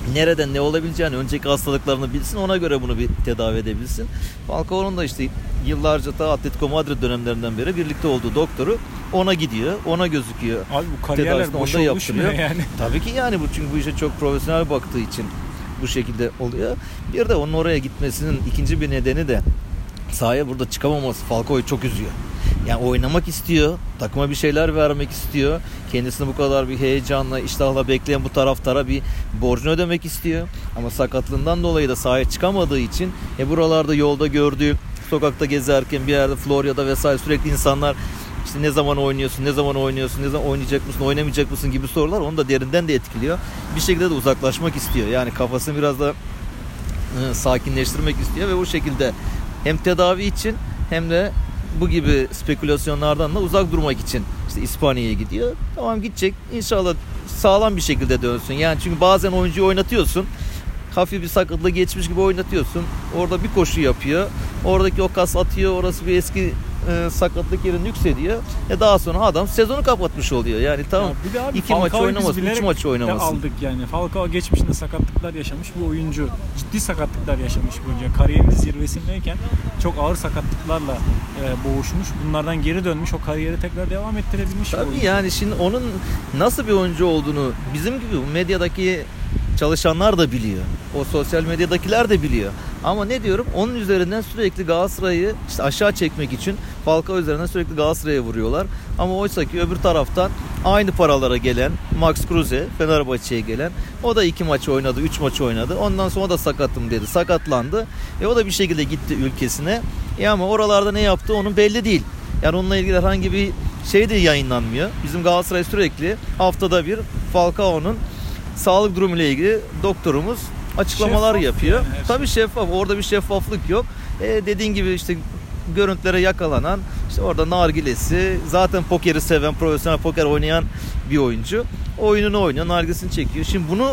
nereden ne olabileceğini, önceki hastalıklarını bilsin, ona göre bunu bir tedavi edebilsin. Falcao'nun da işte yıllarca ta Atletico Madrid dönemlerinden beri birlikte olduğu doktoru ona gidiyor, ona gözüküyor. Abi bu kariyerler boş oluşmuyor yani. Tabii ki yani, çünkü bu işe çok profesyonel baktığı için bu şekilde oluyor. Bir de onun oraya gitmesinin ikinci bir nedeni de sahaya burada çıkamaması Falcao'yu çok üzüyor. Yani oynamak istiyor, takıma bir şeyler vermek istiyor. Kendisini bu kadar bir heyecanla, iştahla bekleyen bu taraftara bir borcunu ödemek istiyor. Ama sakatlığından dolayı da sahaya çıkamadığı için buralarda yolda gördüğü, sokakta gezerken bir yerde Florya'da vesaire sürekli insanlar işte ne zaman oynuyorsun, ne zaman oynayacak mısın, oynamayacak mısın gibi sorular onu da derinden de etkiliyor. Bir şekilde de uzaklaşmak istiyor. Yani kafasını biraz da sakinleştirmek istiyor ve bu şekilde hem tedavi için hem de bu gibi spekülasyonlardan da uzak durmak için işte İspanya'ya gidiyor. Tamam, gidecek. İnşallah sağlam bir şekilde dönsün. Yani çünkü bazen oyuncuyu oynatıyorsun. Hafif bir sakatlığı geçmiş gibi oynatıyorsun. Orada bir koşu yapıyor. Oradaki o kas atıyor. Orası bir eski sakatlık yerini yükseliyor. Daha sonra adam sezonu kapatmış oluyor. Yani tamam, ya 2 maç oynamasın, 3 maç oynamasın. Aldık yani. Falcao geçmişinde sakatlıklar yaşamış bir oyuncu. Ciddi sakatlıklar yaşamış bir oyuncu. Kariyerinin zirvesindeyken çok ağır sakatlıklarla boğuşmuş. Bunlardan geri dönmüş. O kariyeri tekrar devam ettirebilmiş. Tabii yani şimdi onun nasıl bir oyuncu olduğunu bizim gibi medyadaki çalışanlar da biliyor. O sosyal medyadakiler de biliyor. Ama ne diyorum? Onun üzerinden sürekli Galatasaray'ı işte aşağı çekmek için Falcao üzerinden sürekli Galatasaray'a vuruyorlar. Ama oysa ki öbür taraftan aynı paralara gelen Max Kruse, Fenerbahçe'ye gelen, o da 2 maç oynadı, 3 maç oynadı. Ondan sonra da sakatım dedi. Sakatlandı. O da bir şekilde gitti ülkesine. Ama oralarda ne yaptı onun belli değil. Yani onunla ilgili herhangi bir şey de yayınlanmıyor. Bizim Galatasaray sürekli haftada bir Falcao'nun sağlık durumuyla ilgili doktorumuz açıklamalar yapıyor. Yani tabii şeffaf. Orada bir şeffaflık yok. Dediğin gibi işte görüntülere yakalanan, işte orada nargilesi, zaten pokeri seven, profesyonel poker oynayan bir oyuncu. Oyununu oynuyor, nargilesini çekiyor. Şimdi bunu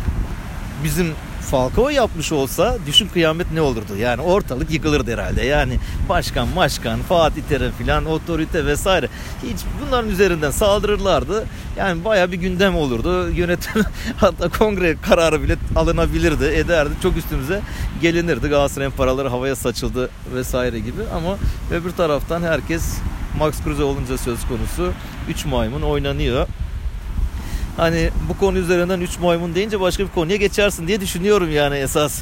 bizim Falcao yapmış olsa düşün kıyamet ne olurdu? Yani ortalık yıkılırdı herhalde. Yani başkan, Fatih Terim filan, otorite vesaire. Hiç bunların üzerinden saldırırlardı. Yani bayağı bir gündem olurdu. Yönetim hatta kongre kararı bile alınabilirdi, ederdi. Çok üstümüze gelinirdi. Galatasaray'ın paraları havaya saçıldı vesaire gibi. Ama öbür taraftan herkes Max Kruse olunca söz konusu 3 maymun oynanıyor. Hani bu konu üzerinden 3 maymun deyince başka bir konuya geçersin diye düşünüyorum yani esas.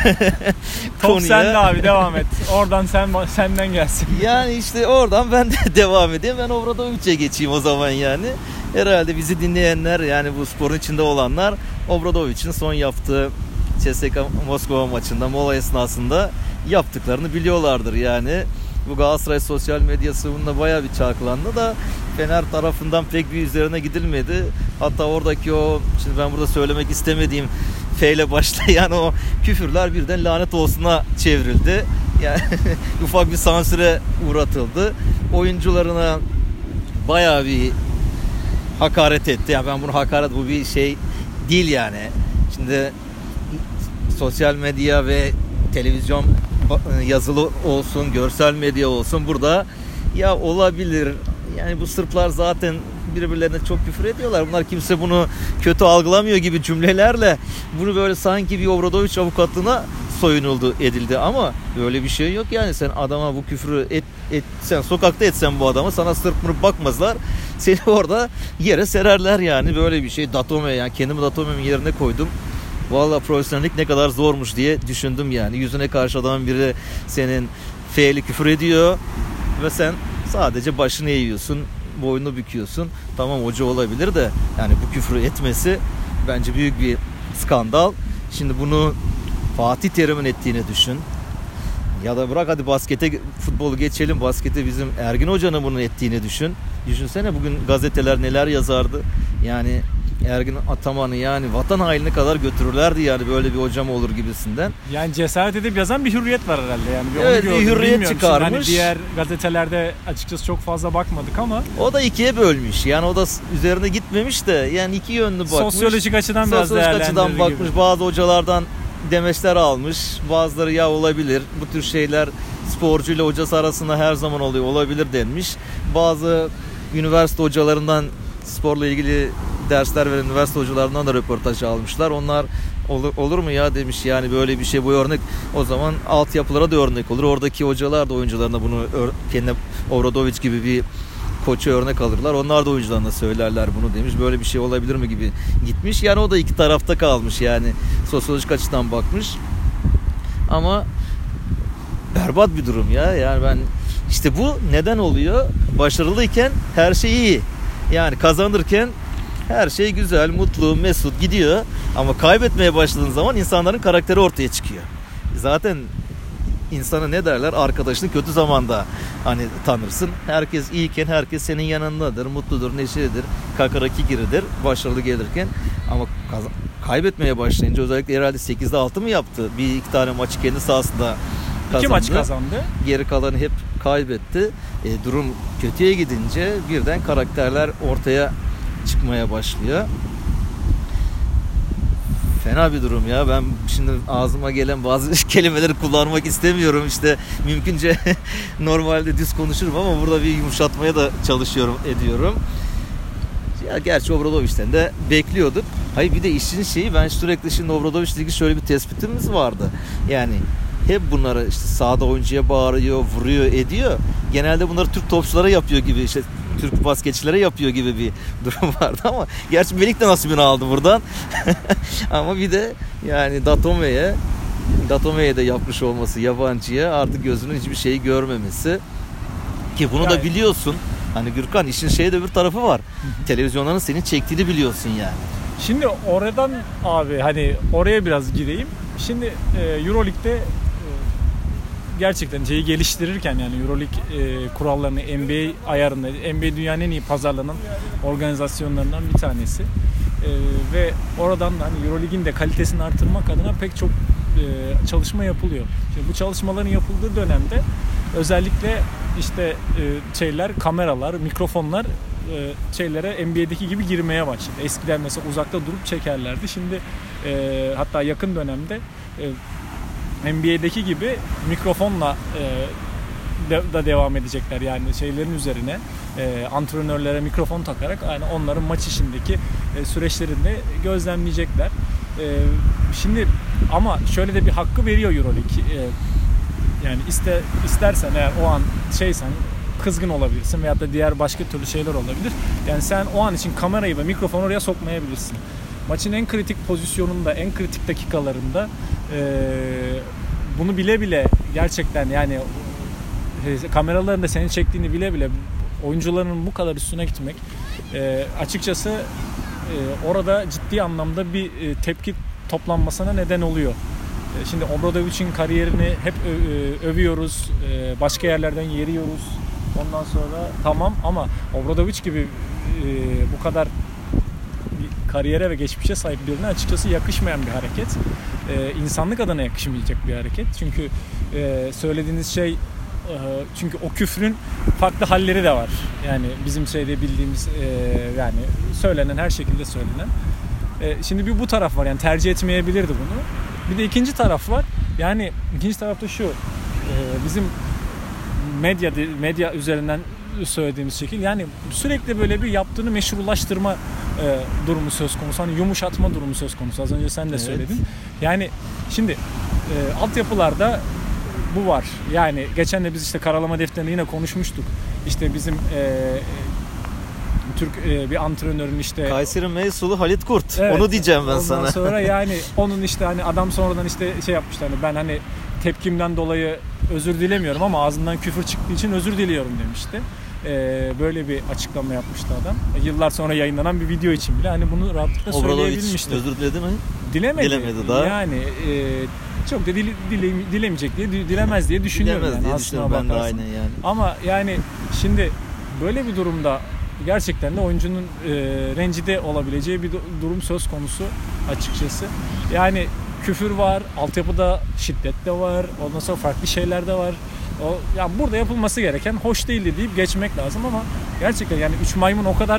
Top sende abi, devam et. Oradan senden gelsin. Yani işte oradan ben de devam edeyim. Ben Obradovic'e geçeyim o zaman yani. Herhalde bizi dinleyenler, yani bu sporun içinde olanlar Obradovic'in son yaptığı CSKA Moskova maçında mola esnasında yaptıklarını biliyorlardır yani. Bu Galatasaray sosyal medyası bununla bayağı bir çalkalandı da Fener tarafından pek bir üzerine gidilmedi. Hatta oradaki o, şimdi ben burada söylemek istemediğim F ile başlayan o küfürler birden lanet olsuna çevrildi. Yani ufak bir sansüre uğratıldı. Oyuncularına bayağı bir hakaret etti. Yani ben bunu hakaret, bu bir şey değil yani. Şimdi sosyal medya ve televizyon, yazılı olsun, görsel medya olsun, burada ya olabilir. Yani bu Sırplar zaten birbirlerine çok küfür ediyorlar. Bunlar, kimse bunu kötü algılamıyor gibi cümlelerle bunu böyle sanki bir Obradoviç avukatlığına soyunuldu, edildi ama böyle bir şey yok yani. Sen adama bu küfürü sen sokakta etsen bu adama, sana Sırp mırıp bakmazlar. Seni orada yere sererler yani. Böyle bir şey. Datome, yani kendimi Datome'nin yerine koydum. Vallahi profesyonellik ne kadar zormuş diye düşündüm yani. Yüzüne karşı adamın biri senin F'li küfür ediyor ve sen sadece başını eğiyorsun, boynunu büküyorsun. Tamam, hoca olabilir de yani bu küfrü etmesi bence büyük bir skandal. Şimdi bunu Fatih Terim'in ettiğini düşün. Ya da bırak hadi baskete, futbolu geçelim, baskete bizim Ergin Hoca'nın bunu ettiğini düşün. Düşünsene bugün gazeteler neler yazardı. Yani Ergin Ataman'ı yani vatan hainine kadar götürürlerdi yani, böyle bir hocam olur gibisinden. Yani cesaret edip yazan bir hürriyet var herhalde yani. Evet, bir hürriyet çıkarmış. Hani diğer gazetelerde açıkçası çok fazla bakmadık ama. O da ikiye bölmüş. Yani o da üzerine gitmemiş de yani iki yönlü bakmış. Sosyolojik açıdan biraz değerlendirdiği bakmış. Gibi. Bazı hocalardan demeçler almış. Bazıları ya olabilir, bu tür şeyler sporcuyla hocası arasında her zaman oluyor, olabilir denmiş. Bazı üniversite hocalarından sporla ilgili dersler veren üniversite hocalarından da röportaj almışlar. Onlar olur mu ya demiş, yani böyle bir şey, bu örnek o zaman altyapılara da örnek olur. Oradaki hocalar da oyuncularına bunu kendi Obradović gibi bir koçu örnek alırlar. Onlar da oyuncularına söylerler bunu demiş. Böyle bir şey olabilir mi gibi gitmiş. Yani o da iki tarafta kalmış, yani sosyolojik açıdan bakmış. Ama berbat bir durum ya. Yani ben işte bu neden oluyor? Başarılıyken her şey iyi. Yani kazanırken her şey güzel, mutlu, mesut gidiyor. Ama kaybetmeye başladığın zaman insanların karakteri ortaya çıkıyor. Zaten insana ne derler? Arkadaşını kötü zamanda hani tanırsın. Herkes iyiyken herkes senin yanındadır, mutludur, neşelidir, kakarakikiridir, başarılı gelirken. Ama kaybetmeye başlayınca, özellikle herhalde 8'de 6 mı yaptı? Bir iki tane maçı kendi sahasında kazandı. 2 maç kazandı. Geri kalanı hep kaybetti. Durum kötüye gidince birden karakterler ortaya çıkmaya başlıyor. Fena bir durum ya. Ben şimdi ağzıma gelen bazı kelimeleri kullanmak istemiyorum. İşte mümkünce normalde düz konuşurum ama burada bir yumuşatmaya da ediyorum. Ya gerçi Obradović'ten de bekliyorduk. Hayır, bir de işin şeyi, ben sürekli şimdi Obradović'le ilgili şöyle bir tespitimiz vardı. Yani hep bunları işte sahada oyuncuya bağırıyor, vuruyor, ediyor. Genelde bunları Türk topçulara yapıyor gibi, işte Türk basketçilere yapıyor gibi bir durum vardı ama gerçi Melik de nasibini aldı buradan. Ama bir de yani Datome'ye de yapmış olması, yabancıya artık gözünün hiçbir şeyi görmemesi, ki bunu da biliyorsun. Hani Gürkan, işin şeye de bir tarafı var. Televizyonların seni çektiğini biliyorsun yani. Şimdi oradan abi, hani oraya biraz gireyim. Şimdi Euroleague'de gerçekten şeyi geliştirirken, yani Euroleague kurallarını NBA ayarında, NBA dünyanın en iyi pazarlanan organizasyonlarından bir tanesi. Ve oradan hani Euroleague'in de kalitesini artırmak adına pek çok çalışma yapılıyor. Şimdi bu çalışmaların yapıldığı dönemde özellikle işte kameralar, mikrofonlar şeylere NBA'deki gibi girmeye başladı. Eskiden mesela uzakta durup çekerlerdi. Şimdi hatta yakın dönemde NBA'deki gibi mikrofonla da devam edecekler. Yani şeylerin üzerine antrenörlere mikrofon takarak yani onların maç işindeki süreçlerini de gözlemleyecekler. Şimdi ama şöyle de bir hakkı veriyor Euroleague. Yani istersen eğer o an şeysen kızgın olabilirsin veyahut da diğer başka türlü şeyler olabilir. Yani sen o an için kamerayı ve mikrofonu oraya sokmayabilirsin. Maçın en kritik pozisyonunda, en kritik dakikalarında bunu bile bile gerçekten, yani kameraların da seni çektiğini bile bile oyuncuların bu kadar üstüne gitmek açıkçası orada ciddi anlamda bir tepki toplanmasına neden oluyor. Şimdi Obradović'in kariyerini hep övüyoruz, başka yerlerden yeriyoruz. Ondan sonra tamam, ama Obradović gibi bu kadar kariyere ve geçmişe sahip birine açıkçası yakışmayan bir hareket. İnsanlık adına yakışmayacak bir hareket. Çünkü söylediğiniz şey, çünkü o küfrün farklı halleri de var. Yani bizim şeyde bildiğimiz yani söylenen, her şekilde söylenen. Şimdi bir bu taraf var, yani tercih etmeyebilirdi bunu. Bir de ikinci taraf var. Yani ikinci taraf da şu. Bizim medya üzerinden söylediğimiz şekil, yani sürekli böyle bir yaptığını meşrulaştırma durumu söz konusu. Hani yumuşatma durumu söz konusu. Az önce sen de söyledin. Yani şimdi altyapılarda bu var. Yani geçen de biz işte karalama defterini yine konuşmuştuk. İşte bizim Türk bir antrenörün işte Kayseri mensulu Halit Kurt. Evet, onu diyeceğim ben sana. Ondan sonra yani onun işte hani adam sonradan işte şey yapmıştı, hani ben hani tepkimden dolayı özür dilemiyorum ama ağzından küfür çıktığı için özür diliyorum demişti. Böyle bir açıklama yapmıştı adam. Yıllar sonra yayınlanan bir video için bile hani bunu rahatlıkla söyleyebilmişti. Özür diledi mi? Dilemedi daha. Yani çok da dilemeyecek diye, dilemez diye düşünüyorum. Dilemez yani diye aslına düşünüyorum ben de, bakarsın. aynen yani. Ama yani şimdi böyle bir durumda gerçekten de oyuncunun rencide olabileceği bir durum söz konusu açıkçası. Yani küfür var, altyapıda şiddet de var, ondan sonra farklı şeyler de var. Yani burada yapılması gereken hoş değildi deyip geçmek lazım ama gerçekten yani 3 maymun o kadar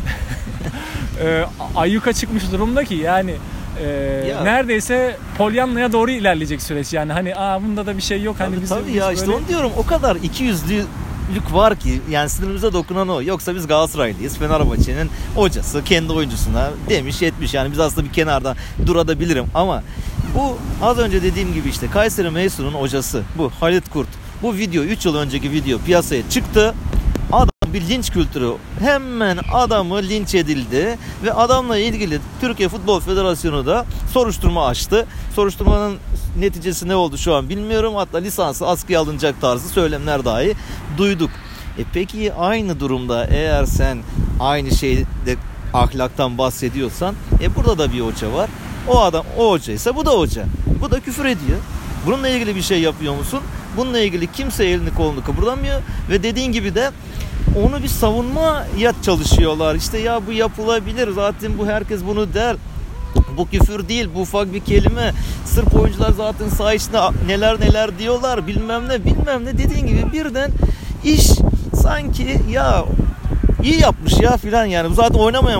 ayyuka çıkmış durumda ki yani neredeyse Pollyanna'ya doğru ilerleyecek süreç. Yani hani bunda da bir şey yok. Hani tabii ya, işte onu diyorum, o kadar ikiyüzlü var ki yani sinirimize dokunan o. Yoksa biz Galatasaraylıyız. Fenerbahçe'nin hocası kendi oyuncusuna demiş etmiş. Yani biz aslında bir kenarda durabilirim ama bu az önce dediğim gibi işte Kayseri Meysun'un hocası bu Halit Kurt. Bu video 3 yıl önceki video piyasaya çıktı. Adam bir linç kültürü. Hemen adamı linç edildi ve adamla ilgili Türkiye Futbol Federasyonu da soruşturma açtı. Soruşturmanın neticesi ne oldu şu an bilmiyorum. Hatta lisansı askıya alınacak tarzı söylemler dahi duyduk. Peki aynı durumda eğer sen aynı şeyde ahlaktan bahsediyorsan burada da bir hoca var. O adam o hocaysa bu da hoca. Bu da küfür ediyor. Bununla ilgili bir şey yapıyor musun? Bununla ilgili kimse elini kolunu kıpırdamıyor ve dediğin gibi de onu bir savunmaya çalışıyorlar. İşte ya bu yapılabilir. Zaten bu herkes bunu der. Bu küfür değil. Bu ufak bir kelime. Sırp oyuncular zaten saha içinde neler diyorlar. Bilmem ne dediğin gibi birden iş sanki ya iyi yapmış ya filan yani. Bu zaten oynamayan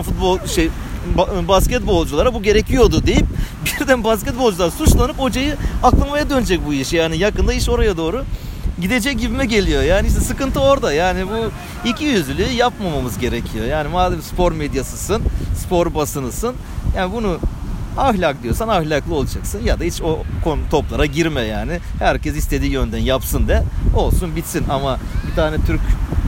basketbolculara bu gerekiyordu deyip birden basketbolcular suçlanıp hocayı aklamaya dönecek bu iş. Yani yakında iş oraya doğru gidecek gibime geliyor. Yani işte sıkıntı orada. Yani bu ikiyüzlülüğü yapmamamız gerekiyor. Yani madem spor medyasısın, spor basınısın. Yani bunu ahlak diyorsan ahlaklı olacaksın. Ya da hiç o toplara girme yani. Herkes istediği yönden yapsın de olsun bitsin. Ama bir tane Türk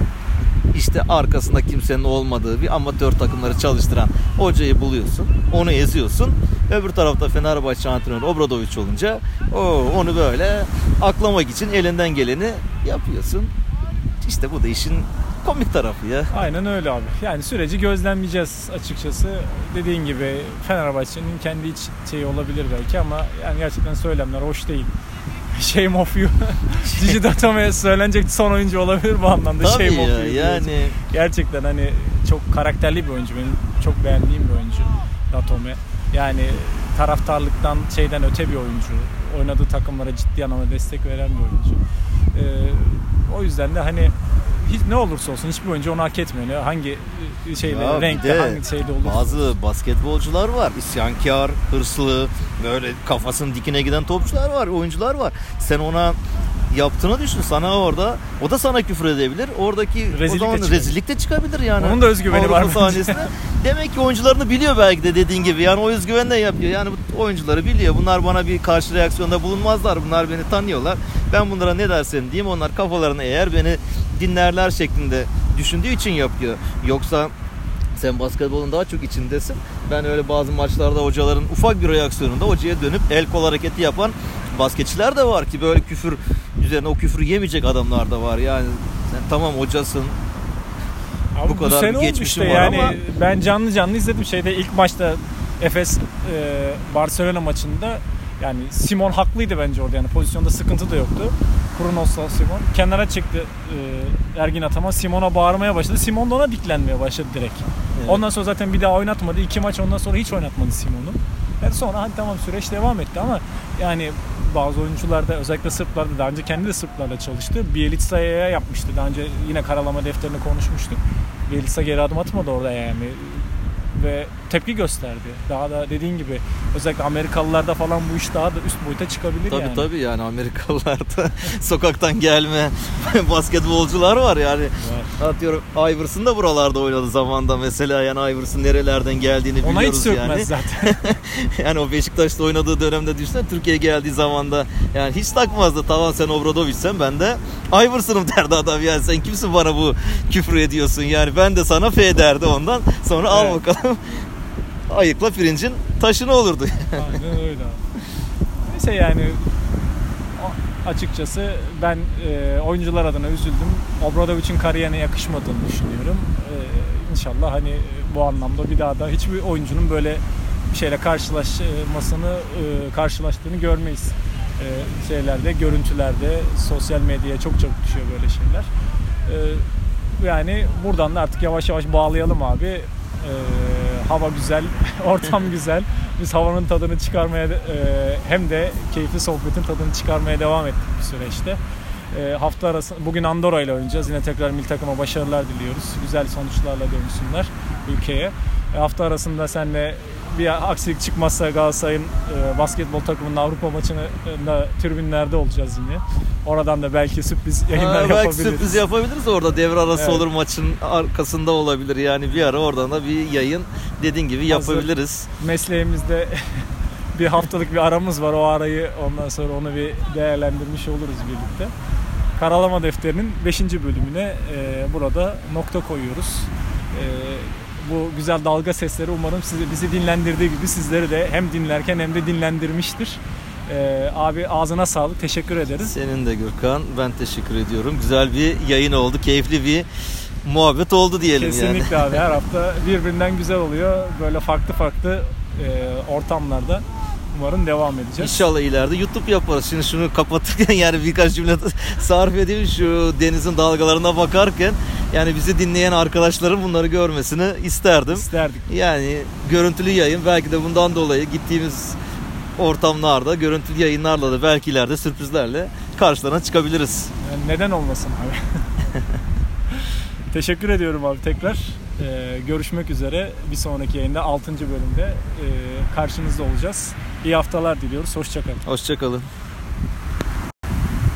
işte arkasında kimsenin olmadığı bir amatör takımları çalıştıran hocayı buluyorsun. Onu eziyorsun. Öbür tarafta Fenerbahçe antrenörü Obradoviç olunca onu böyle aklamak için elinden geleni yapıyorsun. İşte bu da işin komik tarafı ya. Aynen öyle abi. Yani süreci gözlemleyeceğiz açıkçası. Dediğin gibi Fenerbahçe'nin kendi iç şeyi olabilir belki ama yani gerçekten söylemler hoş değil. Shame of you. Gigi Datome'ye söylenecek son oyuncu olabilir bu anlamda. Tabii Shame of you. Yani. Gerçekten hani çok karakterli bir oyuncu. Benim çok beğendiğim bir oyuncu Datome. Yani taraftarlıktan öte bir oyuncu. Oynadığı takımlara ciddi anlamda destek veren bir oyuncu. O yüzden de hani hiç ne olursa olsun hiçbir oyuncu onu hak etmiyor. Hangi renkte hangi şeyde olursa. Bazı basketbolcular var. İsyankar, hırslı, böyle kafasının dikine giden topçular var, oyuncular var. Sen ona yaptığını düşün. Sana orada o da sana küfür edebilir. Oradaki rezillik de çıkabilir yani. Onun da özgüveni var bence. Demek ki oyuncularını biliyor belki de dediğin gibi. Yani o özgüvenle yapıyor. Yani bu oyuncuları biliyor. Bunlar bana bir karşı reaksiyonda bulunmazlar. Bunlar beni tanıyorlar. Ben bunlara ne dersen diyeyim. Onlar kafalarını eğer beni dinlerler şeklinde düşündüğü için yapıyor. Yoksa sen basketbolun daha çok içindesin. Ben öyle bazı maçlarda hocaların ufak bir reaksiyonunda hocaya dönüp el kol hareketi yapan basketçiler de var ki böyle küfür üzerine o küfrü yemeyecek adamlar da var. Yani sen tamam hocasın. Abi bu kadar bir geçmişim işte var yani ama ben canlı izledim ilk maçta Efes Barcelona maçında. Yani Simon haklıydı bence orada yani pozisyonda sıkıntı da yoktu. Kronos'la Simon kenara çıktı Ergin Ataman. Simon'a bağırmaya başladı. Simon da ona diklenmeye başladı direkt. Evet. Ondan sonra zaten bir daha oynatmadı. 2 maç ondan sonra hiç oynatmadı Simon'u. Yani sonra hadi tamam süreç devam etti ama yani bazı oyuncular da özellikle Sırplar da daha önce kendi de Sırplarla çalıştı. Bielitsa'ya yapmıştı. Daha önce yine karalama defterini konuşmuştuk. Bielitsa geri adım atmadı orada yani. Ve tepki gösterdi. Daha da dediğin gibi özellikle Amerikalılarda falan bu iş daha da üst boyuta çıkabilir yani. Tabii yani Amerikalılarda sokaktan gelme basketbolcular var yani. Var. Atıyorum Iverson da buralarda oynadı zamanda mesela yani Iverson nerelerden geldiğini ona biliyoruz yani. Ona hiç sökmez zaten. Yani o Beşiktaş'ta oynadığı dönemde düşünsene Türkiye'ye geldiği zamanda yani hiç takmazdı. Tamam sen Obradoviç'sen ben de Iverson'um derdi adam yani sen kimsin bana bu küfür ediyorsun yani ben de sana F derdi ondan sonra al bakalım. Ayıkla pirincin taşını olurdu. Aynen öyle. Neyse yani açıkçası ben oyuncular adına üzüldüm. Obradoviç'in kariyerine yakışmadığını düşünüyorum. İnşallah hani bu anlamda bir daha da hiçbir oyuncunun böyle bir şeyle karşılaştığını görmeyiz. Görüntülerde, sosyal medyaya çok düşüyor böyle şeyler. Yani buradan da artık yavaş yavaş bağlayalım abi. Hava güzel, ortam güzel. Biz havanın tadını çıkarmaya hem de keyifli sohbetin tadını çıkarmaya devam ettik bir süreçte. Hafta arası bugün Andorra ile oynayacağız. Yine tekrar milli takıma başarılar diliyoruz. Güzel sonuçlarla dönsünler ülkeye. Hafta arasında seninle bir aksilik çıkmazsa Galatasaray'ın basketbol takımının Avrupa maçında tribünlerde olacağız yine. Oradan da belki sürpriz yayınlar belki yapabiliriz. sürpriz yapabiliriz orada, devre arası Evet. olur, maçın arkasında olabilir yani, bir ara oradan da bir yayın dediğin gibi yapabiliriz. Mesleğimizde bir haftalık bir aramız var, o arayı ondan sonra onu bir değerlendirmiş oluruz birlikte. Karalama Defteri'nin 5. bölümüne burada nokta koyuyoruz. Bu güzel dalga sesleri umarım bizi dinlendirdiği gibi sizleri de hem dinlerken hem de dinlendirmiştir. Abi ağzına sağlık, teşekkür ederiz. Senin de Gürkan, ben teşekkür ediyorum. Güzel bir yayın oldu, keyifli bir muhabbet oldu diyelim. Kesinlikle yani. abi, her hafta birbirinden güzel oluyor. Böyle farklı ortamlarda umarım devam edeceğiz. İnşallah ileride YouTube yaparız. Şimdi şunu kapatırken yani birkaç cümle sarf edeyim, şu denizin dalgalarına bakarken yani bizi dinleyen arkadaşların bunları görmesini isterdim. İsterdik. Yani görüntülü yayın, belki de bundan dolayı gittiğimiz ortamlarda görüntülü yayınlarla da belki ileride sürprizlerle karşılarına çıkabiliriz. Yani neden olmasın abi? Teşekkür ediyorum abi tekrar. Görüşmek üzere. Bir sonraki yayında 6. bölümde karşınızda olacağız. İyi haftalar diliyoruz. Hoşça kalın. Hoşça kalın.